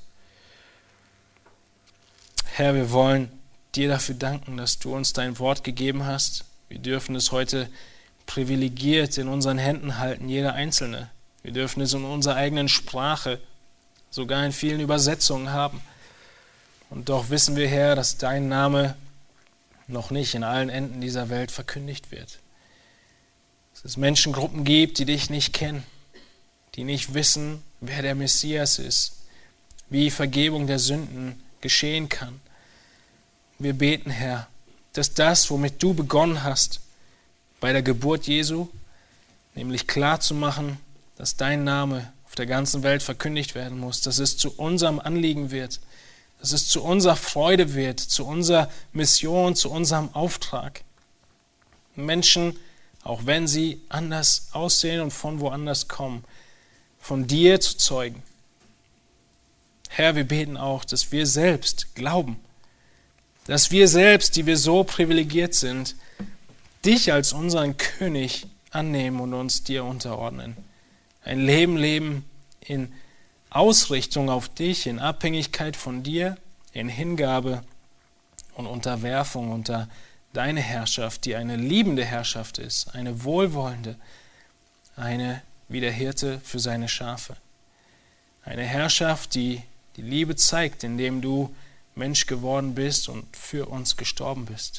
Herr, wir wollen dir dafür danken, dass du uns dein Wort gegeben hast. Wir dürfen es heute privilegiert in unseren Händen halten, jeder Einzelne. Wir dürfen es in unserer eigenen Sprache, sogar in vielen Übersetzungen haben. Und doch wissen wir, Herr, dass dein Name noch nicht in allen Enden dieser Welt verkündigt wird. Dass es Menschengruppen gibt, die dich nicht kennen, die nicht wissen, wer der Messias ist, wie Vergebung der Sünden geschehen kann. Wir beten, Herr, dass das, womit du begonnen hast, bei der Geburt Jesu, nämlich klar zu machen, dass dein Name auf der ganzen Welt verkündigt werden muss, dass es zu unserem Anliegen wird, dass es zu unserer Freude wird, zu unserer Mission, zu unserem Auftrag. Menschen, auch wenn sie anders aussehen und von woanders kommen, von dir zu zeugen. Herr, wir beten auch, dass wir selbst glauben, dass wir selbst, die wir so privilegiert sind, dich als unseren König annehmen und uns dir unterordnen. Ein Leben leben in Ausrichtung auf dich, in Abhängigkeit von dir, in Hingabe und Unterwerfung unter deine Herrschaft, die eine liebende Herrschaft ist, eine wohlwollende, eine wie der Hirte für seine Schafe. Eine Herrschaft, die die Liebe zeigt, indem du Mensch geworden bist und für uns gestorben bist.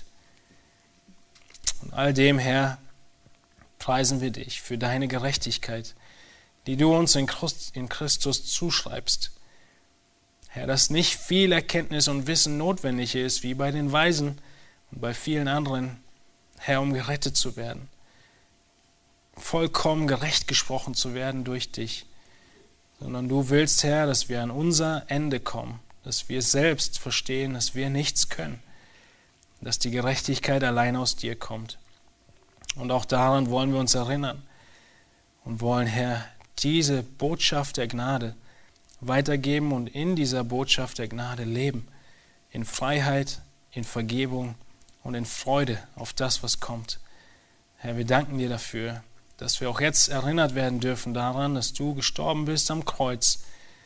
Und all dem, Herr, preisen wir dich für deine Gerechtigkeit, die du uns in Christus zuschreibst. Herr, dass nicht viel Erkenntnis und Wissen notwendig ist, wie bei den Weisen und bei vielen anderen, Herr, um gerettet zu werden. Vollkommen gerecht gesprochen zu werden durch dich. Sondern du willst, Herr, dass wir an unser Ende kommen, dass wir selbst verstehen, dass wir nichts können, dass die Gerechtigkeit allein aus dir kommt. Und auch daran wollen wir uns erinnern und wollen, Herr, diese Botschaft der Gnade weitergeben und in dieser Botschaft der Gnade leben, in Freiheit, in Vergebung und in Freude auf das, was kommt. Herr, wir danken dir dafür dass wir auch jetzt erinnert werden dürfen daran, dass du gestorben bist am Kreuz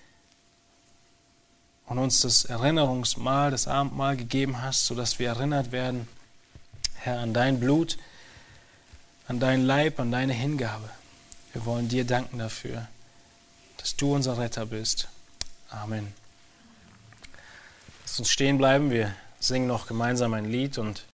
und uns das Erinnerungsmahl, das Abendmahl gegeben hast, sodass wir erinnert werden, Herr, an dein Blut, an deinen Leib, an deine Hingabe. Wir wollen dir danken dafür, dass du unser Retter bist. Amen. Lass uns stehen bleiben, wir singen noch gemeinsam ein Lied und